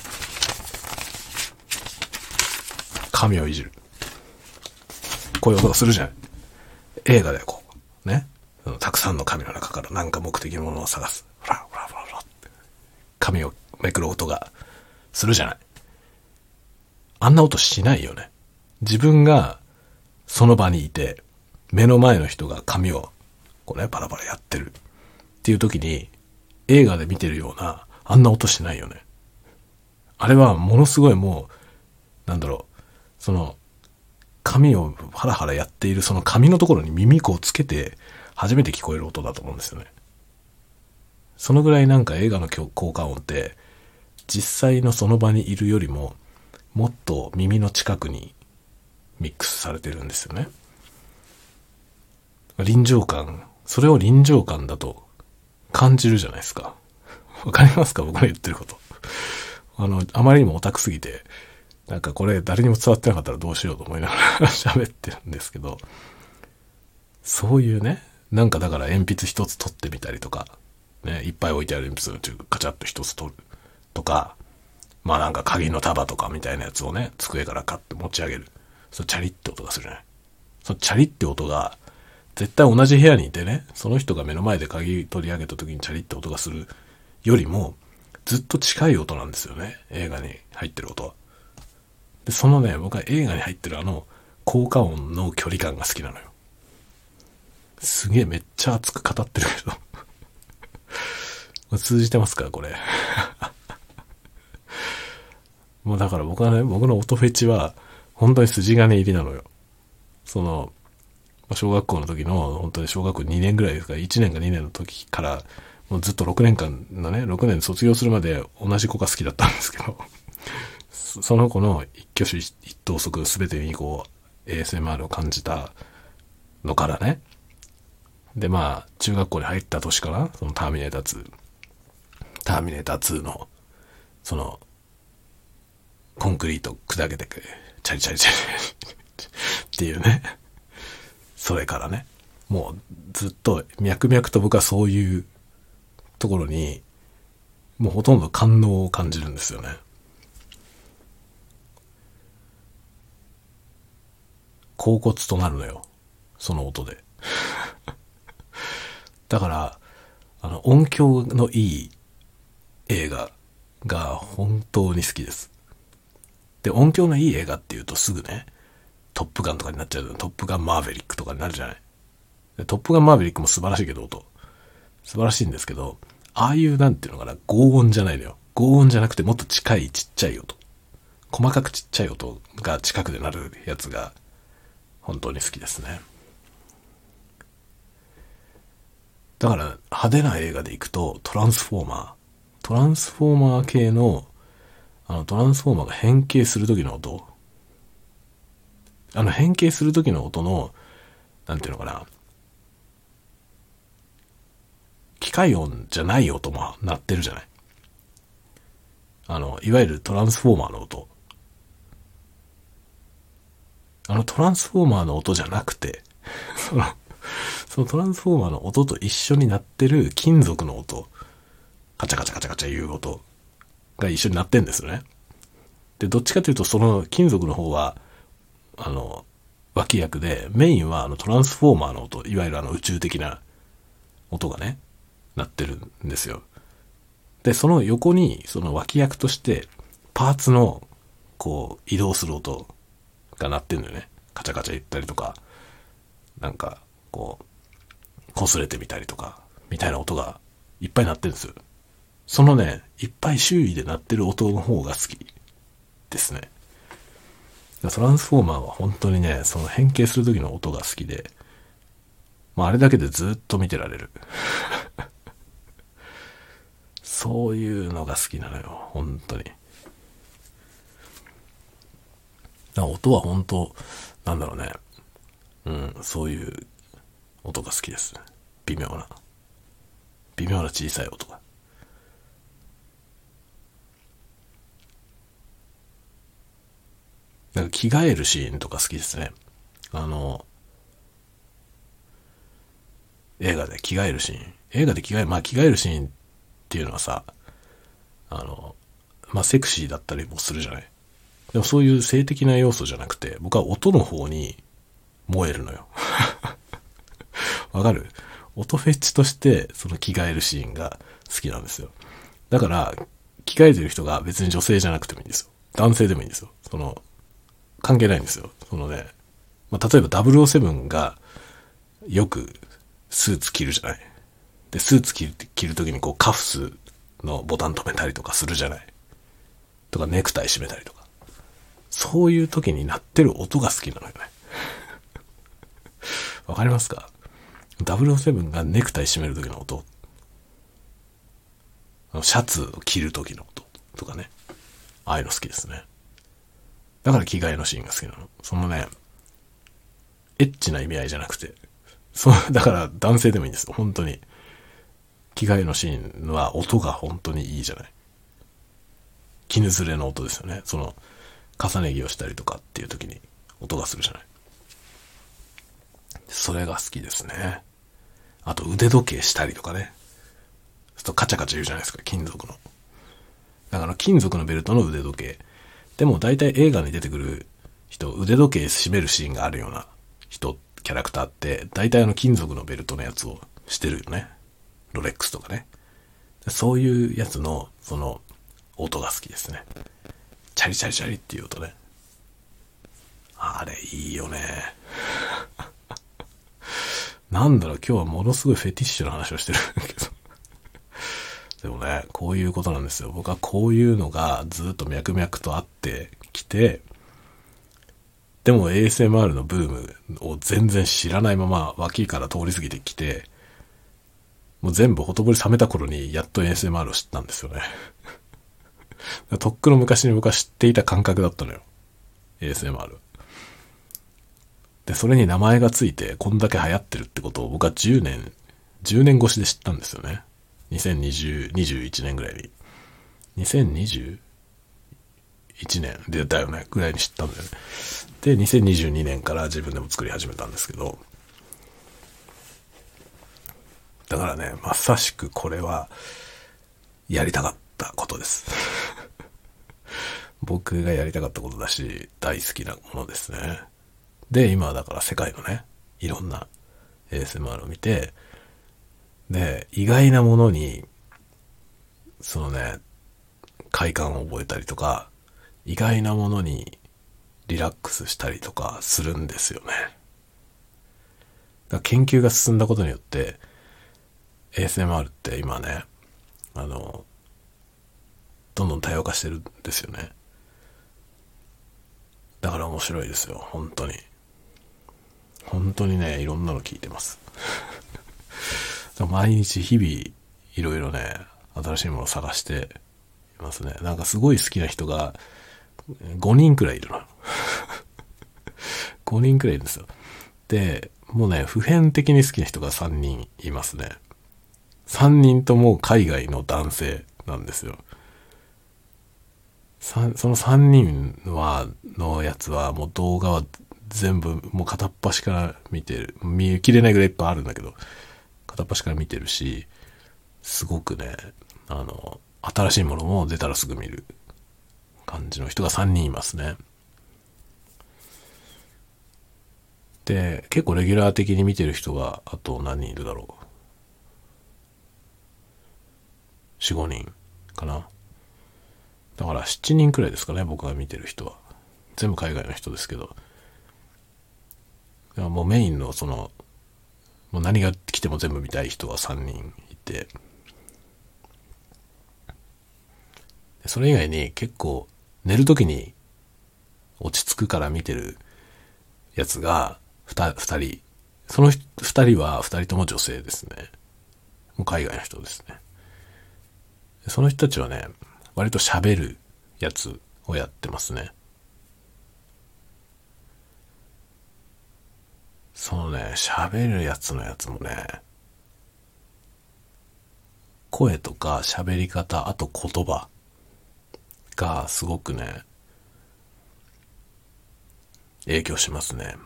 紙をいじる。こういう音がするじゃん。映画でこう、ね。たくさんの紙の中から何か目的のものを探す。フラフラフラフラって。紙をめくる音がするじゃない。あんな音しないよね。自分がその場にいて、目の前の人が紙をこうね、バラバラやってるっていう時に、映画で見てるような、あんな音しないよね。あれはものすごいもう、なんだろう、その、紙をハラハラやっているその紙のところに耳をつけて初めて聞こえる音だと思うんですよね。そのぐらいなんか映画の効果音って実際のその場にいるよりももっと耳の近くにミックスされてるんですよね。臨場感、それを臨場感だと感じるじゃないですか。わかりますか、僕の言ってること。あまりにもオタクすぎて、なんかこれ誰にも伝わってなかったらどうしようと思いながら喋ってるんですけど、そういうね、なんかだから鉛筆一つ取ってみたりとか、ね、いっぱい置いてある鉛筆をカチャッと一つ取るとか、まあなんか鍵の束とかみたいなやつをね、机からカッて持ち上げる。そうチャリって音がするじゃない。そのチャリって音が、絶対同じ部屋にいてね、その人が目の前で鍵取り上げた時にチャリって音がするよりも、ずっと近い音なんですよね、映画に入ってる音は。で、そのね、僕は映画に入ってる効果音の距離感が好きなのよ。すげえめっちゃ熱く語ってるけど通じてますかこれもうだから僕はね、僕の音フェチは本当に筋金入りなのよ。小学校の時の、本当に小学校2年ぐらいですか、1年か2年の時から、もうずっと6年間のね、6年卒業するまで同じ子が好きだったんですけどその子の一挙手一投足全てにこう ASMR を感じたのからね。でまあ中学校に入った年かな、そのターミネーター2のそのコンクリート砕けてくチャリチャリチャリっていうね、それからね、もうずっと脈々と僕はそういうところにもうほとんど感動を感じるんですよね。恍惚となるのよ、その音でだから音響のいい映画が本当に好きです。で、音響のいい映画っていうとすぐね、トップガンとかになっちゃう。トップガンマーヴェリックとかになるじゃない。でトップガンマーヴェリックも素晴らしいけど、音素晴らしいんですけど、ああいうなんていうのかな、轟音じゃないのよ。轟音じゃなくてもっと近いちっちゃい音、細かくちっちゃい音が近くで鳴るやつが本当に好きですね。 だから派手な映画で行くとトランスフォーマー系のトランスフォーマーが変形する時の音、変形する時の音のなんていうのかな、機械音じゃない音も鳴ってるじゃない。いわゆるトランスフォーマーの音。トランスフォーマーの音じゃなくて、そのトランスフォーマーの音と一緒になってる金属の音、カチャカチャカチャカチャいう音が一緒になってんですよね。で、どっちかというとその金属の方は、脇役で、メインはトランスフォーマーの音、いわゆる宇宙的な音がね、なってるんですよ。で、その横に、その脇役として、パーツの、移動する音が鳴ってるんだよね。カチャカチャ言ったりとか、なんか、擦れてみたりとか、みたいな音がいっぱい鳴ってるんですよ。そのね、いっぱい周囲で鳴ってる音の方が好きですね。トランスフォーマーは本当にね、その変形する時の音が好きで、あれだけでずっと見てられる。そういうのが好きなのよ、本当に。音は本当、なんだろうね。そういう音が好きです。微妙な小さい音が。なんか着替えるシーンとか好きですね。映画で着替えるシーン。着替えるシーンっていうのはさ、セクシーだったりもするじゃない。でもそういう性的な要素じゃなくて、僕は音の方に燃えるのよ。わかる？音フェチとしてその着替えるシーンが好きなんですよ。だから着替えてる人が別に女性じゃなくてもいいんですよ。男性でもいいんですよ。関係ないんですよ。例えば007がよくスーツ着るじゃない。で、スーツ着るときにカフスのボタン止めたりとかするじゃない。とかネクタイ締めたりとか。そういう時に鳴ってる音が好きなのよね。わかりますか？007がネクタイ締める時の音。シャツを着る時の音とかね。ああいうの好きですね。だから着替えのシーンが好きなの。そのね、エッチな意味合いじゃなくて、だから男性でもいいんですよ。本当に。着替えのシーンは音が本当にいいじゃない。絹ずれの音ですよね。重ね着をしたりとかっていう時に音がするじゃない。それが好きですね。あと腕時計したりとかね。カチャカチャ言うじゃないですか、金属の。だから金属のベルトの腕時計。でも大体映画に出てくる人、腕時計締めるシーンがあるような人、キャラクターって、大体金属のベルトのやつをしてるよね。ロレックスとかね。そういうやつの、音が好きですね。チャリチャリチャリっていう音ね。あれ、いいよね。なんだろう、今日はものすごいフェティッシュな話をしてるけど。でもね、こういうことなんですよ。僕はこういうのがずっと脈々とあってきて、でも ASMR のブームを全然知らないまま脇から通り過ぎてきて、もう全部ほとぼり冷めた頃にやっと ASMR を知ったんですよね。とっくの昔に僕は知っていた感覚だったのよ。ASMR。で、それに名前がついてこんだけ流行ってるってことを僕は10年越しで知ったんですよね。21年ぐらいに。2021年でだよね、ぐらいに知ったんだよね。で、2022年から自分でも作り始めたんですけど、だからね、まさしくこれはやりたかったことです。僕がやりたかったことだし、大好きなものですね。で、今はだから世界のね、いろんな ASMR を見て、で、意外なものに、快感を覚えたりとか、意外なものにリラックスしたりとかするんですよね。だから研究が進んだことによって、ASMR って今ね、どんどん多様化してるんですよね。だから面白いですよ、本当に。本当にね、いろんなの聞いてます。 毎日日々いろいろね、新しいものを探していますね。なんかすごい好きな人が5人くらいいるの。5人くらいいるんですよ。で、もうね、普遍的に好きな人が3人いますね。3人とも海外の男性なんですよ。その3人のやつはもう動画は全部もう片っ端から見てる。見切れないぐらいいっぱいあるんだけど、片っ端から見てるし、すごくね、新しいものも出たらすぐ見る感じの人が3人いますね。で、結構レギュラー的に見てる人があと何人いるだろう。4、5人かな。だから7人くらいですかね、僕が見てる人は。全部海外の人ですけど。もうメインのもう何が来ても全部見たい人が3人いて、それ以外に結構寝るときに落ち着くから見てるやつが2人。その2人は2人とも女性ですね。もう海外の人ですね。その人たちはね、割と喋るやつをやってますね。そのね、喋るやつのやつもね、声とか喋り方、あと言葉がすごくね、影響しますね。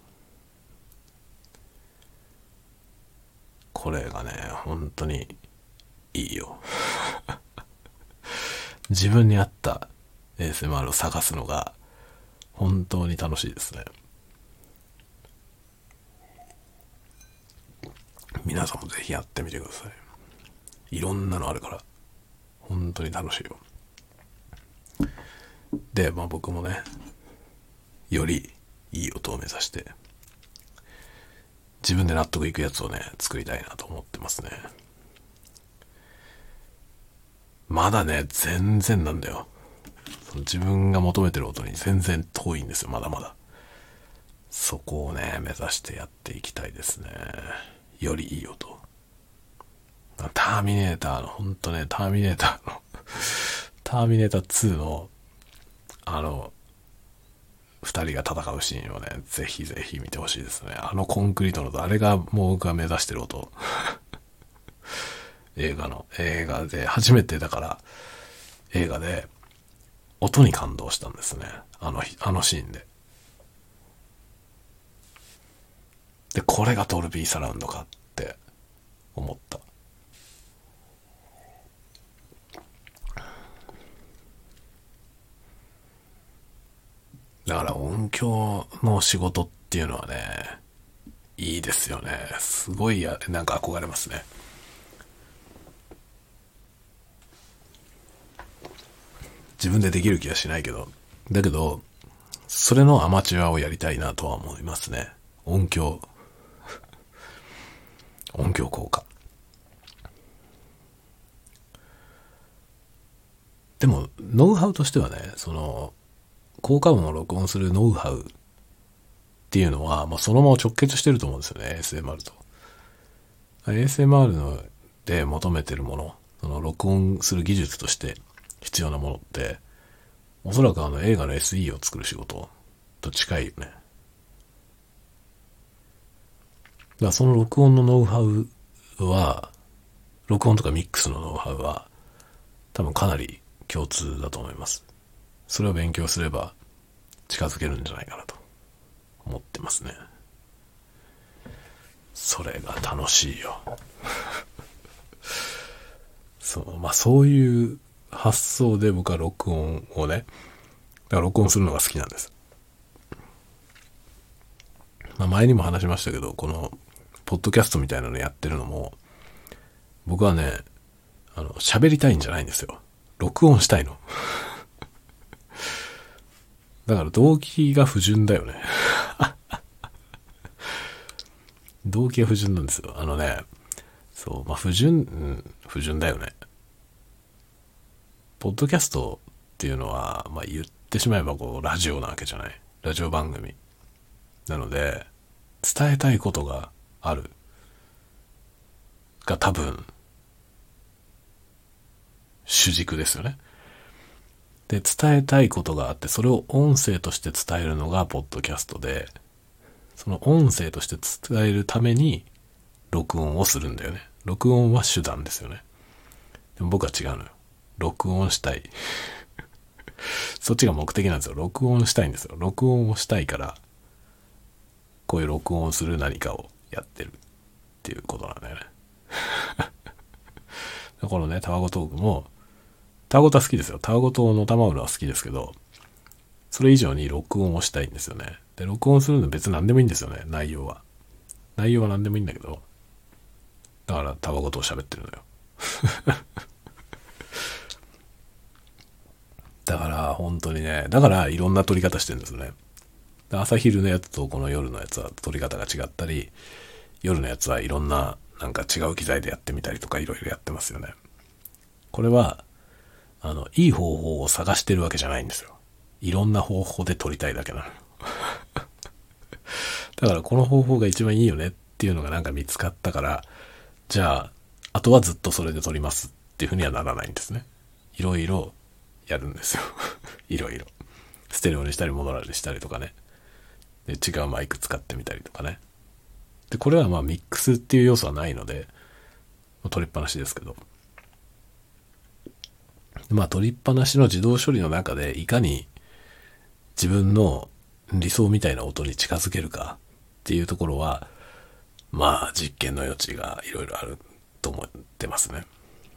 これがね、本当にいいよ。自分に合った ASMR を探すのが本当に楽しいですね。皆さんもぜひやってみてください。いろんなのあるから本当に楽しいよ。で、僕もね、よりいい音を目指して自分で納得いくやつをね、作りたいなと思ってますね。まだね、全然なんだよ。自分が求めてる音に全然遠いんですよ、まだまだ。そこをね、目指してやっていきたいですね。よりいい音。ターミネーターの、ほんとね、ターミネーター2の、二人が戦うシーンをね、ぜひぜひ見てほしいですね。コンクリートの音、あれがもう僕が目指してる音。映画で、初めてだから、映画で、音に感動したんですね。あのシーンで。で、これがドルビーサラウンドかって思った。だから音響の仕事っていうのはね、いいですよね。すごいなんか憧れますね。自分でできる気はしないけど、だけど、それのアマチュアをやりたいなとは思いますね。音響効果。でも、ノウハウとしてはね、効果音を録音するノウハウっていうのは、そのまま直結してると思うんですよね、ASMR と。ASMR で求めてるもの、録音する技術として必要なものって、おそらく映画の SE を作る仕事と近いよね。だからその録音のノウハウは、録音とかミックスのノウハウは、多分かなり共通だと思います。それを勉強すれば近づけるんじゃないかなと思ってますね。それが楽しいよ。そういう発想で僕は録音をね、だから録音するのが好きなんです。前にも話しましたけど、このポッドキャストみたいなのやってるのも、僕はね、喋りたいんじゃないんですよ。録音したいの。だから動機が不純だよね。動機が不純なんですよ。不純だよね。ポッドキャストっていうのは、言ってしまえばラジオなわけじゃない。ラジオ番組。なので、伝えたいことがある。 が多分、主軸ですよね。で、伝えたいことがあって、それを音声として伝えるのがポッドキャストで、その音声として伝えるために録音をするんだよね。録音は手段ですよね。でも僕は違うのよ。録音したい。そっちが目的なんですよ。録音したいんですよ。録音をしたいから、こういう録音をする何かをやってるっていうことなんだよね。このね、タワゴトークも、タワゴトは好きですよ。タワゴトの玉浦は好きですけど、それ以上に録音をしたいんですよね。で、録音するの別に何でもいいんですよね、内容は。内容は何でもいいんだけど、だからタワゴトを喋ってるのよ。だから本当にね、だからいろんな撮り方してるんですよね。朝昼のやつとこの夜のやつは撮り方が違ったり、夜のやつはいろんななんか違う機材でやってみたりとかいろいろやってますよね。これは、いい方法を探してるわけじゃないんですよ。いろんな方法で撮りたいだけなの。だからこの方法が一番いいよねっていうのがなんか見つかったから、じゃあ、あとはずっとそれで撮りますっていうふうにはならないんですね。いろいろやるんですよ。いろいろ。ステレオにしたりモノラルにしたりとかね。で、違うマイク使ってみたりとかね。で、これはまあミックスっていう要素はないので、撮りっぱなしですけど。まあ撮りっぱなしの自動処理の中でいかに自分の理想みたいな音に近づけるかっていうところは、まあ実験の余地がいろいろあると思ってますね。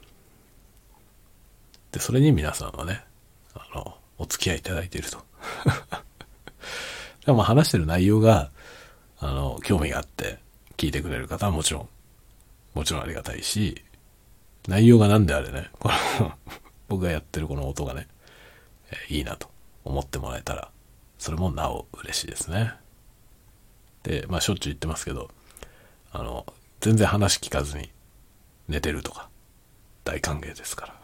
で、それに皆さんはね、お付き合いいただいていると。でも話してる内容が、興味があって聞いてくれる方はもちろんありがたいし、内容が何であれね、この僕がやってるこの音がね、いいなと思ってもらえたら、それもなお嬉しいですね。で、まあしょっちゅう言ってますけど、全然話聞かずに寝てるとか、大歓迎ですから。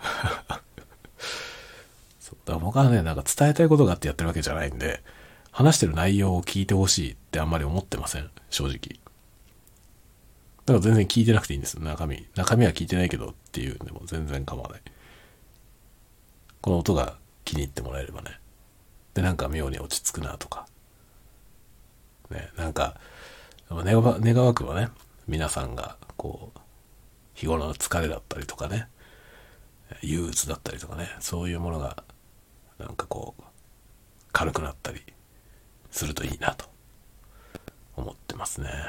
そうだから僕はね、なんか伝えたいことがあってやってるわけじゃないんで、話してる内容を聞いてほしいってあんまり思ってません、正直。だから全然聞いてなくていいんですよ、中身は聞いてないけどっていうでも全然構わない。この音が気に入ってもらえればね。で、なんか妙に落ち着くなとか。ね、なんか、願わくはね、皆さんが、こう、日頃の疲れだったりとかね、憂鬱だったりとかね、そういうものが、なんかこう、軽くなったりするといいなと思ってますね。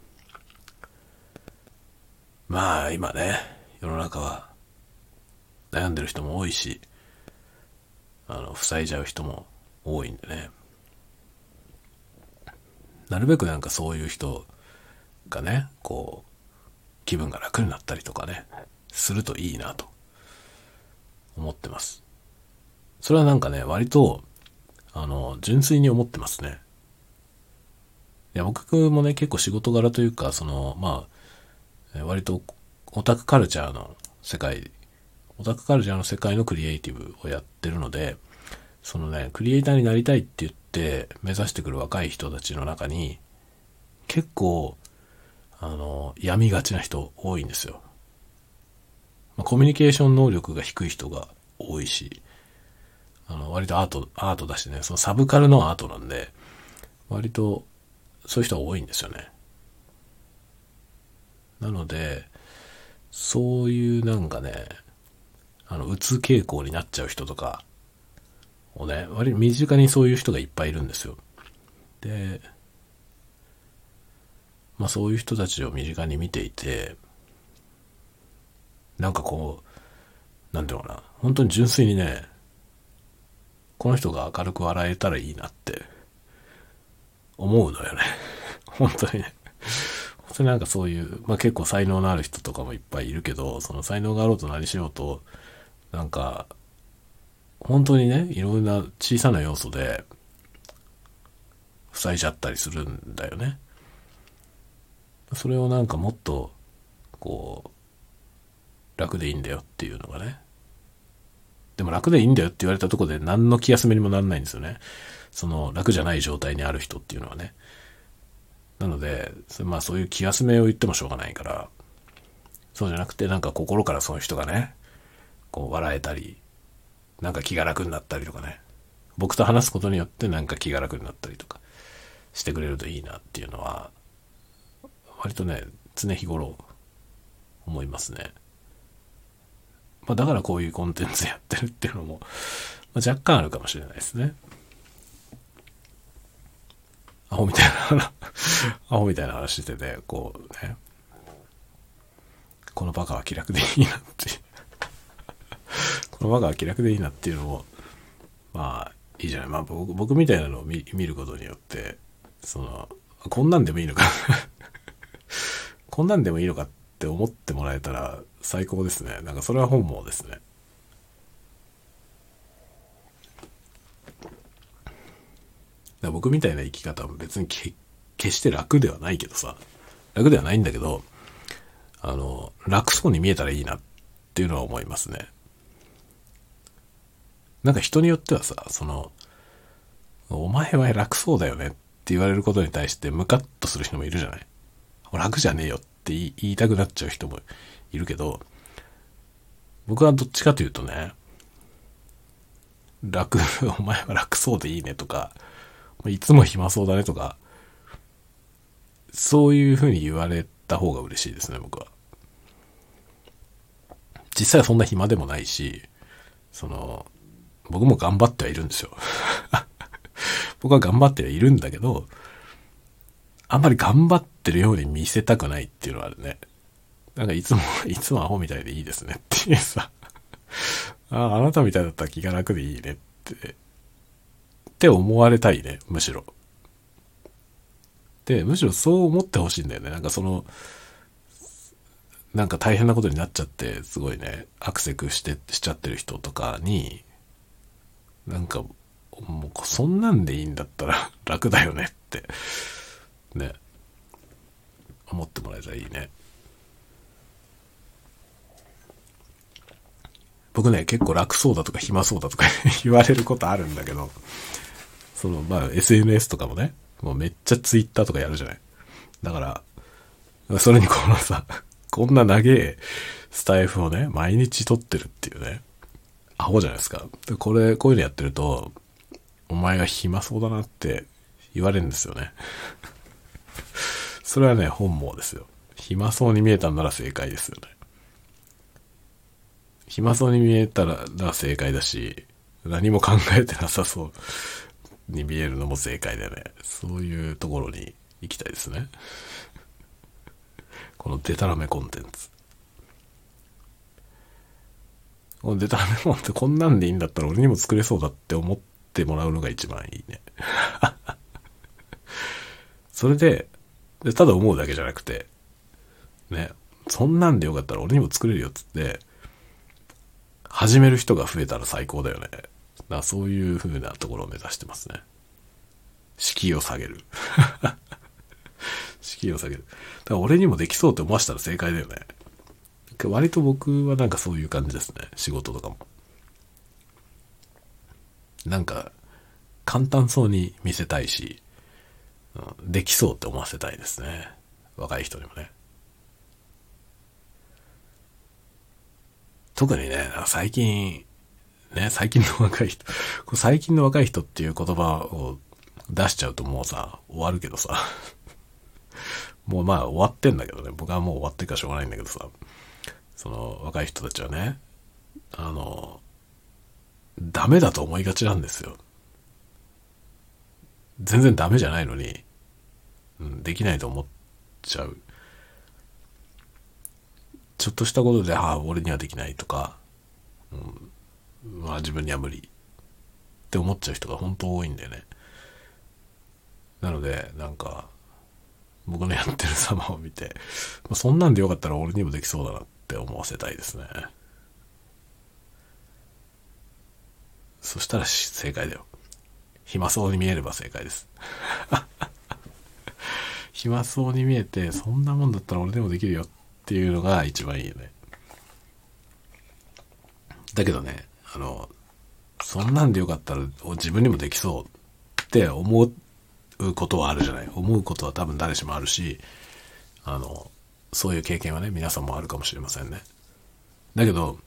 まあ、今ね、世の中は悩んでる人も多いし、塞いじゃう人も多いんでね、なるべくなんかそういう人がね、こう、気分が楽になったりとかね、するといいなと思ってます。それはなんかね、割と、純粋に思ってますね。いや、僕もね、結構仕事柄というか、まあ、割とオタクカルチャーの世界、オタクカルチャーの世界のクリエイティブをやってるので、そのね、クリエイターになりたいって言って目指してくる若い人たちの中に、結構、病みがちな人多いんですよ。まあ、コミュニケーション能力が低い人が多いし、割とアートだしね、そのサブカルのアートなんで、割とそういう人が多いんですよね。なので、そういうなんかね、うつ傾向になっちゃう人とかをね、割と身近にそういう人がいっぱいいるんですよ。で、まあそういう人たちを身近に見ていて、なんかこう、なんていうのかな、本当に純粋にね、この人が明るく笑えたらいいなって思うのよね。本当にね。本当になんかそういう、まあ結構才能のある人とかもいっぱいいるけど、その才能があろうと何しようと、なんか、本当にね、いろんな小さな要素で、塞いじゃったりするんだよね。それをなんかもっと、こう、楽でいいんだよっていうのがね。でも楽でいいんだよって言われたところで何の気休めにもならないんですよね。その楽じゃない状態にある人っていうのはね。なので、まあそういう気休めを言ってもしょうがないから、 そうじゃなくて、なんか心からその人がね、こう笑えたり、なんか気が楽になったりとかね、僕と話すことによってなんか気が楽になったりとかしてくれるといいなっていうのは、割とね、常日頃思いますね。まあだからこういうコンテンツやってるっていうのも、まあ、若干あるかもしれないですね。アホみたいなアホみたいな話してて、こうね、このバカは気楽でいいなってこのバカは気楽でいいなっていうのも、まあいいじゃない。まあ僕みたいなのを見ることによって、こんなんでもいいのかこんなんでもいいのかって思ってもらえたら最高ですね。なんかそれは本望ですね。僕みたいな生き方も別に決して楽ではないけどさ、楽ではないんだけど、楽そうに見えたらいいなっていうのは思いますね。なんか人によってはさ、お前は楽そうだよねって言われることに対してムカッとする人もいるじゃない。楽じゃねえよって言いたくなっちゃう人もいるけど、僕はどっちかというとね、お前は楽そうでいいねとか、いつも暇そうだねとか、そういう風に言われた方が嬉しいですね、僕は。実際はそんな暇でもないし、僕も頑張ってはいるんですよ。僕は頑張ってはいるんだけど、あんまり頑張ってるように見せたくないっていうのはあるね。なんかいつもアホみたいでいいですねっていうさ、あなたみたいだったら気が楽でいいねって思われたいね、むしろ。で、むしろそう思ってほしいんだよね。なんか大変なことになっちゃって、すごいね、アクセクしちゃってる人とかに、なんか、もうそんなんでいいんだったら楽だよねって、ね、思ってもらえたらいいね。僕ね、結構楽そうだとか暇そうだとか言われることあるんだけど、SNS とかもね、もうめっちゃ Twitter とかやるじゃない。だから、それにこのさ、こんな長えスタイフをね、毎日撮ってるっていうね、アホじゃないですか。でこういうのやってると、お前が暇そうだなって言われるんですよね。それはね、本望ですよ。暇そうに見えたんなら正解ですよね。暇そうに見えたら正解だし、何も考えてなさそうに見えるのも正解だよね。そういうところに行きたいですね。このデタラメコンテンツ。このデタラメコンテンツこんなんでいいんだったら俺にも作れそうだって思ってもらうのが一番いいね。それで、ただ思うだけじゃなくて、ね、そんなんでよかったら俺にも作れるよっつって、始める人が増えたら最高だよね。だからそういう風なところを目指してますね。敷居を下げる。敷居を下げる。だから俺にもできそうって思わせたら正解だよね。割と僕はなんかそういう感じですね。仕事とかも。なんか簡単そうに見せたいし、できそうって思わせたいですね。若い人にもね。特にね、最近最近の若い人っていう言葉を出しちゃうともうさ、終わるけどさ、もうまあ終わってんだけどね、僕はもう終わってるからしょうがないんだけどさ、若い人たちはね、ダメだと思いがちなんですよ。全然ダメじゃないのに、できないと思っちゃう。ちょっとしたことで、俺にはできないとか、まあ自分には無理って思っちゃう人が本当多いんだよね。なので、なんか、僕のやってる様を見て、そんなんでよかったら俺にもできそうだなって思わせたいですね。そしたら正解だよ。暇そうに見えれば正解です。暇そうに見えて、そんなもんだったら俺でもできるよっていうのが一番いいよね。だけどね、そんなんでよかったら自分にもできそうって思うことはあるじゃない。思うことは多分誰しもあるし、 そういう経験はね、皆さんもあるかもしれませんね。だけど、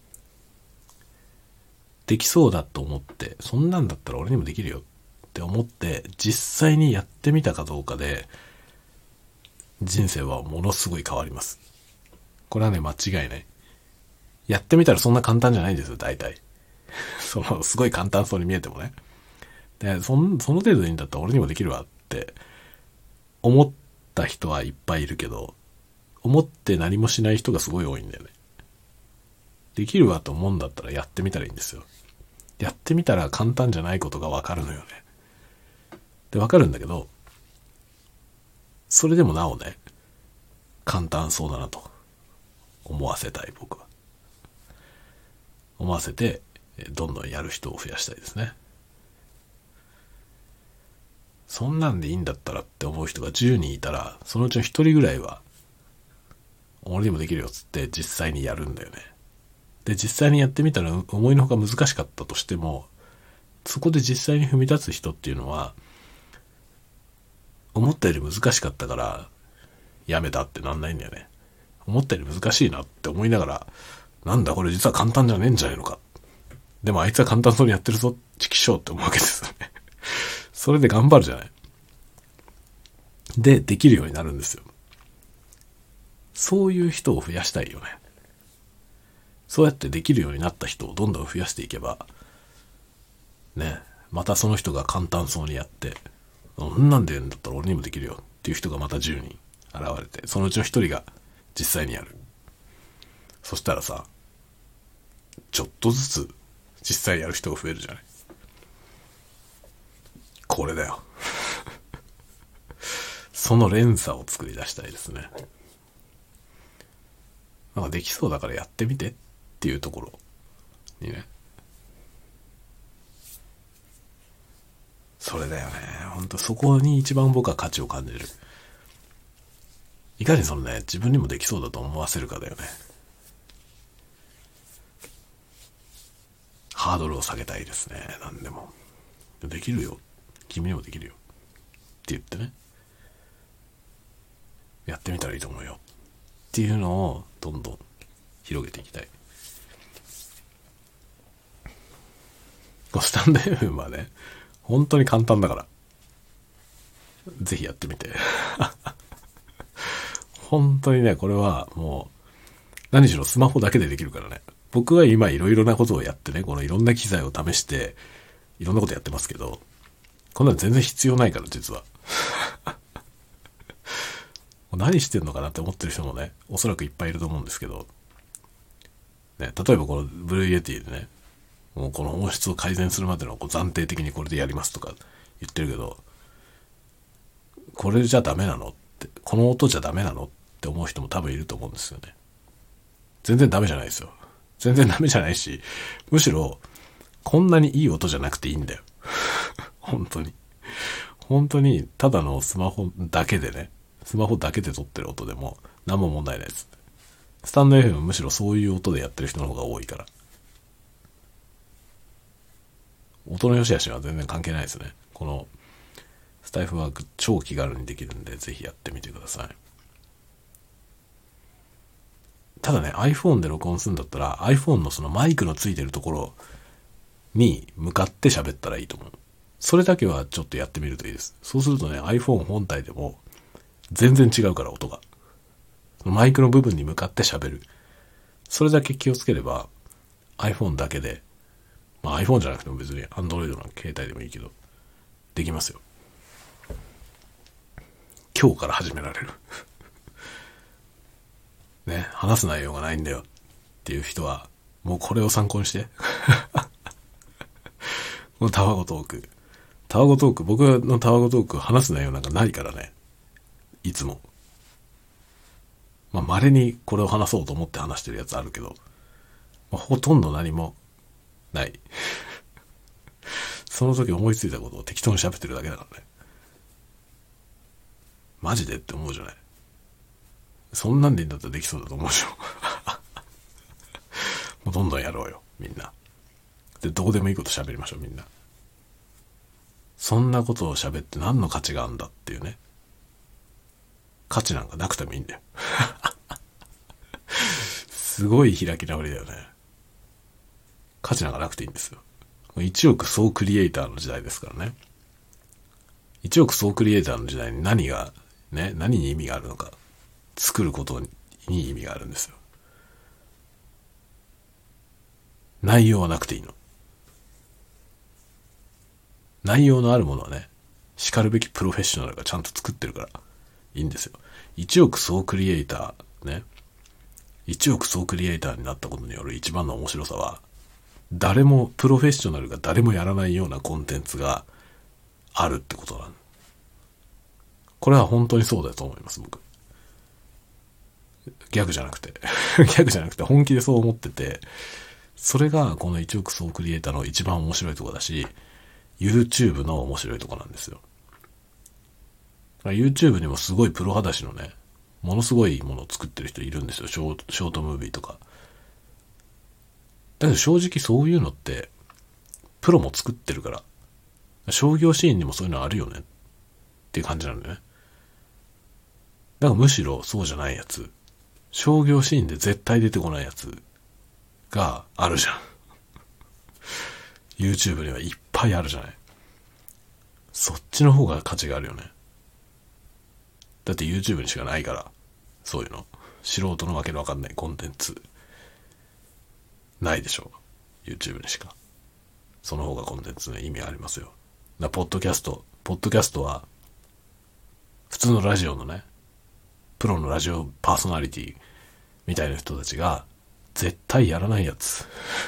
できそうだと思って、そんなんだったら俺にもできるよって思って、実際にやってみたかどうかで、人生はものすごい変わります。これはね、間違いない。やってみたらそんな簡単じゃないんですよ、大体。すごい簡単そうに見えてもね。で、その程度でいいんだったら俺にもできるわって思った人はいっぱいいるけど、思って何もしない人がすごい多いんだよね。できるわと思うんだったらやってみたらいいんですよ。やってみたら簡単じゃないことがわかるのよね。で、わかるんだけど、それでもなおね、簡単そうだなと思わせたい、僕は。思わせて、どんどんやる人を増やしたいですね。そんなんでいいんだったらって思う人が10人いたら、そのうちの1人ぐらいは、俺にもできるよっつって実際にやるんだよね。で、実際にやってみたら思いのほか難しかったとしても、そこで実際に踏み立つ人っていうのは、思ったより難しかったから、やめたってなんないんだよね。思ったより難しいなって思いながら、なんだこれ実は簡単じゃねえんじゃねえのか。でもあいつは簡単そうにやってるぞ、チキショーって思うわけですよね。それで頑張るじゃない。で、できるようになるんですよ。そういう人を増やしたいよね。そうやってできるようになった人をどんどん増やしていけば、ね、またその人が簡単そうにやって、そんなんで言うんだったら俺にもできるよっていう人がまた10人現れて、そのうちの1人が実際にやる。そしたらさ、ちょっとずつ実際やる人が増えるじゃない。これだよ。その連鎖を作り出したいですね。なんかできそうだからやってみてっていうところにね。それだよね。ほんとそこに一番僕は価値を感じる。いかにそのね、自分にもできそうだと思わせるかだよね。ハードルを下げたいですね。何でも。できるよ。君にもできるよ。って言ってね。やってみたらいいと思うよ。っていうのをどんどん広げていきたい。スタンド FM はね、本当に簡単だから。ぜひやってみて。本当にね、これはもう、何しろスマホだけでできるからね。僕は今いろいろなことをやってね、このいろんな機材を試して、いろんなことやってますけど、こんなの全然必要ないから、実は。何してんのかなって思ってる人もね、おそらくいっぱいいると思うんですけど、ね、例えばこのブルーイエティでね、もうこの音質を改善するまでの暫定的にこれでやりますとか言ってるけど、これじゃダメなのって、この音じゃダメなのって思う人も多分いると思うんですよね。全然ダメじゃないですよ。全然ダメじゃないし、むしろこんなにいい音じゃなくていいんだよ。本当に。本当にただのスマホだけでね、スマホだけで撮ってる音でも何も問題ないです。スタンド FM むしろそういう音でやってる人の方が多いから。音の良し悪しは全然関係ないですね。このスタイフワーク超気軽にできるんで、ぜひやってみてください。ただね、iPhone で録音するんだったら iPhone のそのマイクのついてるところに向かって喋ったらいいと思う。それだけはちょっとやってみるといいです。そうするとね、iPhone 本体でも全然違うから、音が。マイクの部分に向かって喋る。それだけ気をつければ iPhone だけで、まあ iPhone じゃなくても別に Android の携帯でもいいけど、できますよ。今日から始められる。ね、話す内容がないんだよっていう人は、もうこれを参考にして。このタワゴトーク。タワゴトーク、僕のタワゴトーク話す内容なんかないからね。いつも。まあ稀にこれを話そうと思って話してるやつあるけど、まあ、ほとんど何もない。その時思いついたことを適当に喋ってるだけだからね。マジでって思うじゃない。そんなんでいいんだったらできそうだと思うでしょ。もうどんどんやろうよ、みんな。で、どうでもいいこと喋りましょう、みんな。そんなことを喋って何の価値があるんだっていうね。価値なんかなくてもいいんだよ。 すごい開き直りだよね。価値なんかなくていいんですよ。1億総クリエイターの時代ですからね。1億総クリエイターの時代に何に意味があるのか。作ることに意味があるんですよ。内容はなくていいの。内容のあるものはね、叱るべきプロフェッショナルがちゃんと作ってるからいいんですよ。1億総クリエイターね。1億総クリエイターになったことによる一番の面白さは、プロフェッショナルが誰もやらないようなコンテンツがあるってことなん。これは本当にそうだと思います、僕。ギャグじゃなくて本気でそう思ってて、それがこの1億総クリエイターの一番面白いところだし、YouTube の面白いところなんですよ。YouTube にもすごいプロ裸足のね、ものすごいものを作ってる人いるんですよ。ショートムービーとか。だけど正直そういうのってプロも作ってるから、商業シーンにもそういうのあるよねっていう感じなんだよね。だからむしろそうじゃないやつ、商業シーンで絶対出てこないやつがあるじゃん。YouTube にはいっぱいあるじゃない。そっちの方が価値があるよね。だって YouTube にしかないから、そういうの。素人のわけのわかんないコンテンツ。ないでしょ。YouTube にしか。その方がコンテンツの意味ありますよ。ポッドキャストは、普通のラジオのね、プロのラジオパーソナリティみたいな人たちが、絶対やらないやつ。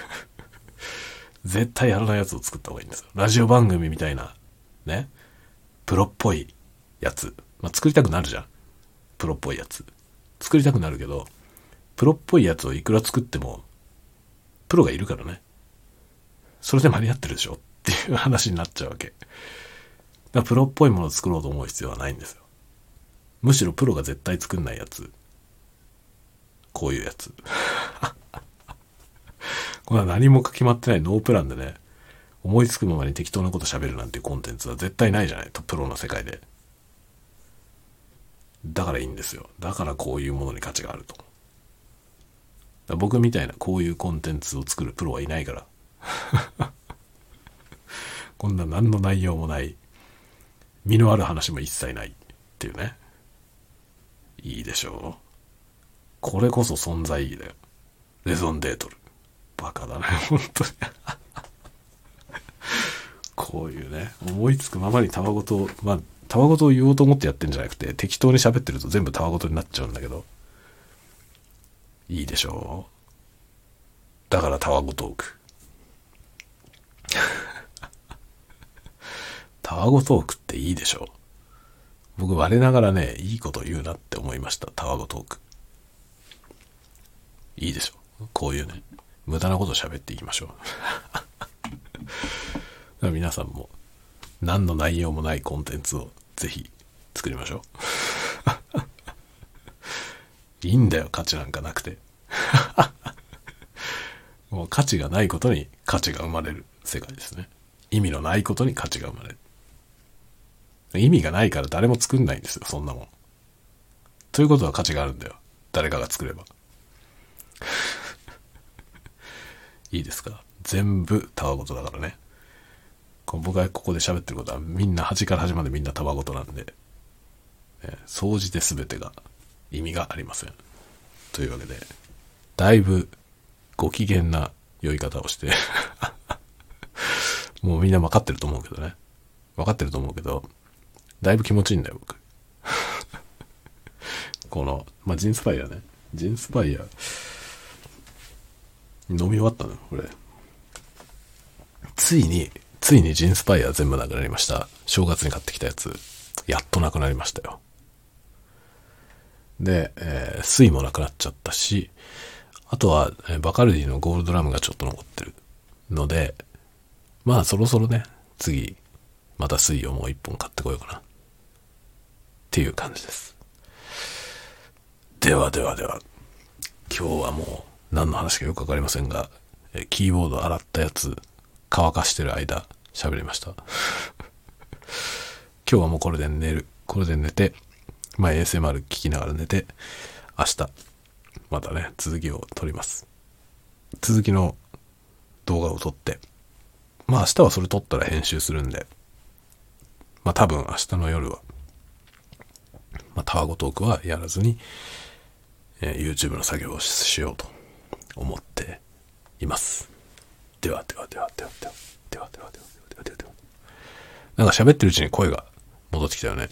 絶対やらないやつを作った方がいいんですよ。ラジオ番組みたいな、ね、プロっぽいやつ。作りたくなるじゃん。プロっぽいやつ。作りたくなるけど、プロっぽいやつをいくら作っても、プロがいるからね。それで間に合ってるでしょっていう話になっちゃうわけ。だからプロっぽいものを作ろうと思う必要はないんですよ。むしろプロが絶対作んないやつ。こういうやつ。これは何も決まってないノープランでね、思いつくままに適当なこと喋るなんていうコンテンツは絶対ないじゃないと、プロの世界で。だからいいんですよ。だからこういうものに価値があると。僕みたいなこういうコンテンツを作るプロはいないから。こんな何の内容もない、身のある話も一切ないっていうね。いいでしょう。これこそ存在意義だよ。レゾンデートル。バカだね、本当に。こういうね、思いつくままにたわごとを言おうと思ってやってんじゃなくて、適当に喋ってると全部たわごとになっちゃうんだけど、いいでしょう。だからたわごトーク。たわごトークっていいでしょう。僕我ながらね、いいこと言うなって思いました。たわごトーク。いいでしょ。こういうね、無駄なこと喋っていきましょう。皆さんも何の内容もないコンテンツをぜひ作りましょう。いいんだよ、価値なんかなくて。もう価値がないことに価値が生まれる世界ですね。意味のないことに価値が生まれる。意味がないから誰も作んないんですよ、そんなもん。ということは価値があるんだよ。誰かが作れば。いいですか？全部たわごとだからね。僕がここで喋ってることはみんな端から端までみんなたわごとなんで、総じて全てが意味がありません。というわけで、だいぶご機嫌な酔い方をしてもうみんな分かってると思うけどね。分かってると思うけど、だいぶ気持ちいいんだよ、僕。この、ジンスパイアね。ジンスパイア、飲み終わったのこれ。ついにジンスパイア全部なくなりました。正月に買ってきたやつ。やっとなくなりましたよ。で、水もなくなっちゃったし、あとは、バカルディのゴールドラムがちょっと残ってるので、そろそろね、次、また水をもう一本買ってこようかな。っていう感じです。では、今日はもう何の話かよくわかりませんが、キーボード洗ったやつ、乾かしてる間、喋りました。今日はもうこれで寝る。これで寝て、ASMR 聞きながら寝て、明日、 またね、続きを撮ります。続きの動画を撮って、まあ明日はそれ撮ったら編集するんで、まあ多分明日の夜は、まあたわごトークはやらずに、YouTube の作業をしようと思っています。ではではではではではではではではではではでは。なんか喋ってるうちに声が戻ってきたよね。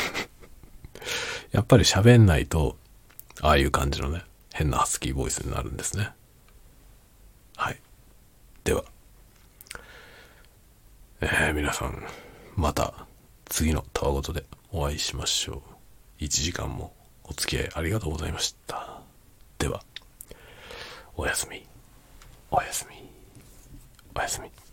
やっぱり喋んないと、ああいう感じのね、変なハスキーボイスになるんですね。はい。では、皆さん、また次のたわごとでお会いしましょう。1時間もお付き合いありがとうございました。では、おやすみ。おやすみ。おやすみ。